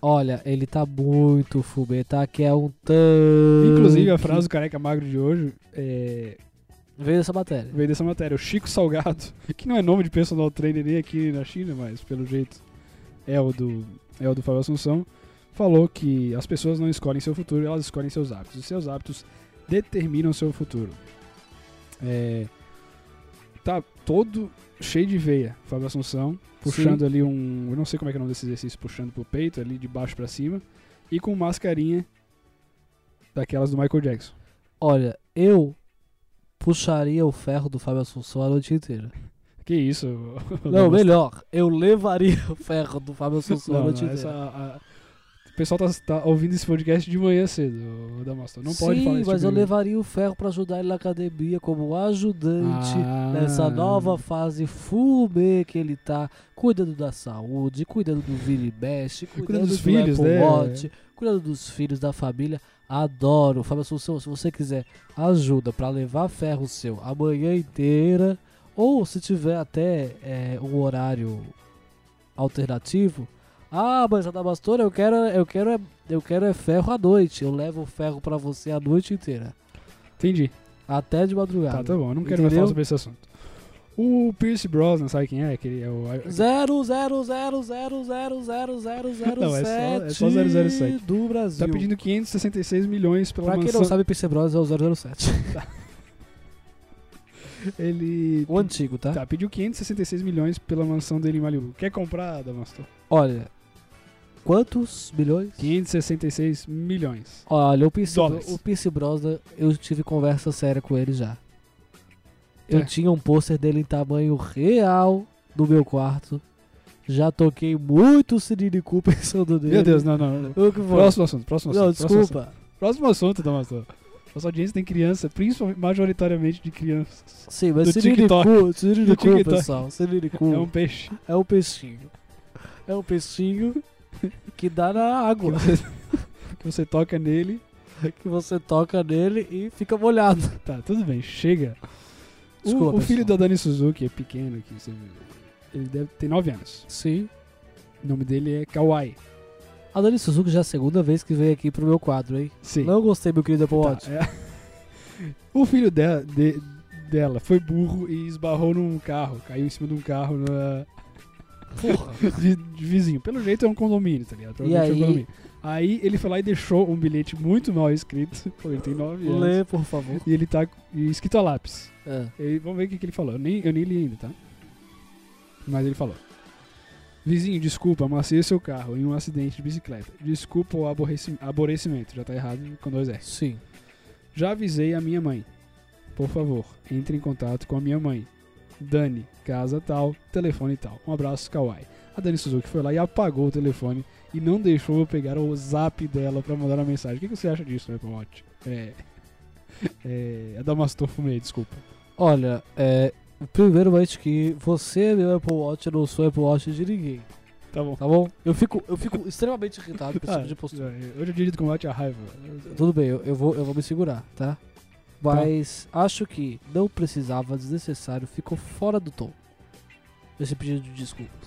Olha, ele tá muito fubê, tá? Que é um tanque. Inclusive, a frase do Careca Magro de hoje é... Veio dessa matéria. veio dessa matéria. O Chico Salgado, que não é nome de personal trainer nem aqui na China, mas pelo jeito é o do, é o do Fábio Assunção, falou que as pessoas não escolhem seu futuro, elas escolhem seus hábitos. E seus hábitos determinam seu futuro. É, tá todo cheio de veia, Fábio Assunção, puxando Sim. ali um... Eu não sei como é que é o nome desse exercício, puxando pro peito, ali de baixo pra cima, e com mascarinha daquelas do Michael Jackson. Olha, eu puxaria o ferro do Fábio Assunção a noite inteira. Que isso? Não, melhor, eu levaria o ferro do Fábio Assunção a Não, noite não, inteira. essa, a- o pessoal tá, tá ouvindo esse podcast de manhã cedo, ô, Damastor. Não pode Sim, falar isso. mas eu levaria o ferro pra ajudar ele na academia como ajudante nessa nova fase fumê que ele tá, cuidando da saúde, cuidando do vira e mexe, cuidando, Cuidando dos do filhos, Apple né? Watch, cuidando dos filhos, da família. Adoro. Fábio Assunção, se você quiser ajuda pra levar ferro seu a manhã inteira, ou se tiver até é, um horário alternativo. Ah, mas a Damastor, eu quero, eu quero, é- eu quero é ferro à noite. Eu levo o ferro pra você a noite inteira. Entendi. Até de madrugada. Tá, tá bom. Eu não quero mais Entendeu? falar sobre esse assunto. O Pierce Brosnan, sabe quem é? Aquele é o... Zero, zero, zero, zero, zero, zero, zero, zero, Não, é só- sete é só zero zero sete. do Brasil. Tá pedindo quinhentos e sessenta e seis milhões pela Pra quem mansão... não sabe, P C Bros é o zero zero sete. Ele... O antigo, tá? Tá, pediu quinhentos e sessenta e seis milhões pela mansão dele em Malibu. Quer comprar, Damastor? Olha, quantos milhões? quinhentos e sessenta e seis milhões. Olha, o Pierce, Dólares. o Pierce Brosnan, eu tive conversa séria com ele já. Eu É. tinha um pôster dele em tamanho real no meu quarto. Já toquei muito Siriricu pensando nele. Meu Deus, não, não. não. O que foi? Próximo assunto, próximo assunto. Não, próximo assunto. desculpa. Próximo assunto, Damastor. Nossa audiência tem criança, principalmente, majoritariamente de crianças. Sim, mas Do Siriricu, Do Siriricu, TikTok. pessoal. Siriricu É um peixe. é um peixinho. É um peixinho que dá na Que água. você, que você toca nele. Que você toca nele e fica molhado. Tá, tudo bem, chega. O- Desculpa, o, filho pessoal. da Dani Suzuki é pequeno aqui. Você, ele deve ter nove anos. Sim. O nome dele é Kawai. A Dani Suzuki já é a segunda vez que veio aqui pro meu quadro, hein? Sim. Não gostei, meu querido Apple Tá, Watch. é. O filho dela, de- dela foi burro e esbarrou num carro. Caiu em cima de um carro na, Porra. de, de vizinho. Pelo jeito é um condomínio, tá ligado? Provavelmente é um aí? condomínio. Aí ele foi lá e deixou um bilhete muito mal escrito. Pô, ele tem nove anos. Lê, por favor. E ele tá e escrito a lápis. É. E vamos ver o que, que ele falou. Eu nem, eu nem li ainda, tá? Mas ele falou: Vizinho, desculpa, amassei seu carro em um acidente de bicicleta. Desculpa o aborreci- aborrecimento. Já tá errado com dois R. Sim. Já avisei a minha mãe. Por favor, entre em contato com a minha mãe. Dani, casa tal, telefone tal. Um abraço, Kawai. A Dani Suzuki foi lá e apagou o telefone e não deixou eu pegar o zap dela pra mandar uma mensagem. O que, que você acha disso, Apple Watch? É. É. É Damastor Fumei, desculpa. Olha, é. Primeiramente que você é meu Apple Watch, eu não sou Apple Watch de ninguém. Tá bom. Tá bom? Eu fico, eu fico extremamente irritado com esse Ah, tipo de postura. é, hoje é dia de combate à raiva. Tudo bem, eu, eu vou, eu vou me segurar, tá? Mas acho que não precisava, desnecessário, ficou fora do tom. Esse pedido de desculpas.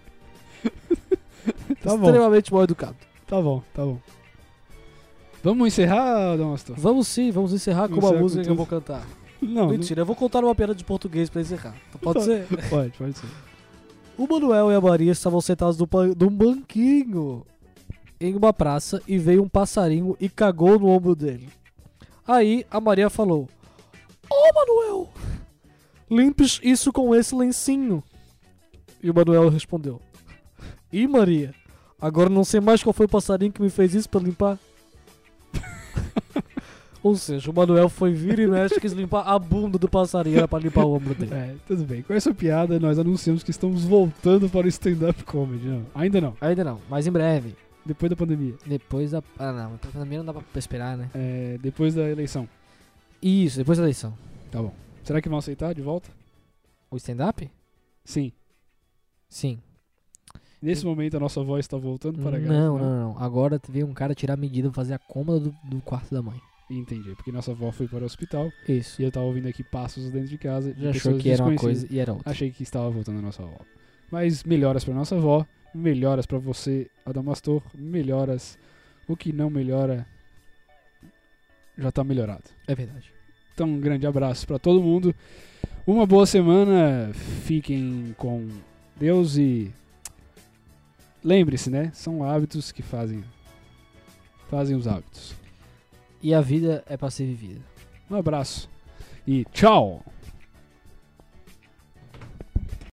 Tá bom, Extremamente mal educado. tá bom, tá bom. Vamos encerrar, Damastor? Vamos sim, vamos encerrar com Vamos uma encerrar música com que eu tudo. vou cantar. Não, Mentira, eu vou contar uma piada de português pra encerrar. Pode Tá. ser? não pode, pode ser. O Manuel e a Maria estavam sentados num pan- num banquinho em uma praça e veio um passarinho e cagou no ombro dele. Aí a Maria falou: Ô Manuel, limpes isso com esse lencinho. E o Manuel respondeu: Ih Maria, agora não sei mais qual foi o passarinho que me fez isso pra limpar. Ou seja, o Manuel foi vir e mexe, quis limpar a bunda do passarinho, era pra limpar o ombro dele. É, tudo bem. Com essa piada, nós anunciamos que estamos voltando para o stand-up comedy. Não, ainda não. Ainda não, mas em breve. Depois da pandemia. Depois da. Ah, não, depois da pandemia não dá pra esperar, né? É, depois da eleição. Isso, depois da eleição. Tá bom. Será que vão aceitar de volta? O stand-up? Sim. Sim. Nesse momento a nossa voz está voltando para a Não, grade, não, não. Agora veio um cara tirar a medida pra fazer a cômoda do, do quarto da mãe. Entendi. Porque nossa avó foi para o hospital Isso. e eu tava ouvindo aqui passos dentro de casa. de Já achou pessoas que era uma desconhecidas. coisa e era outra. Achei que estava voltando a nossa avó. Mas melhoras para nossa avó. melhoras pra você, Adamastor, melhoras. O que não melhora já tá melhorado. É verdade. Então, um grande abraço pra todo mundo. Uma boa semana. Fiquem com Deus e lembre-se, né? São hábitos que fazem fazem os hábitos. E a vida é pra ser vivida. Um abraço e tchau!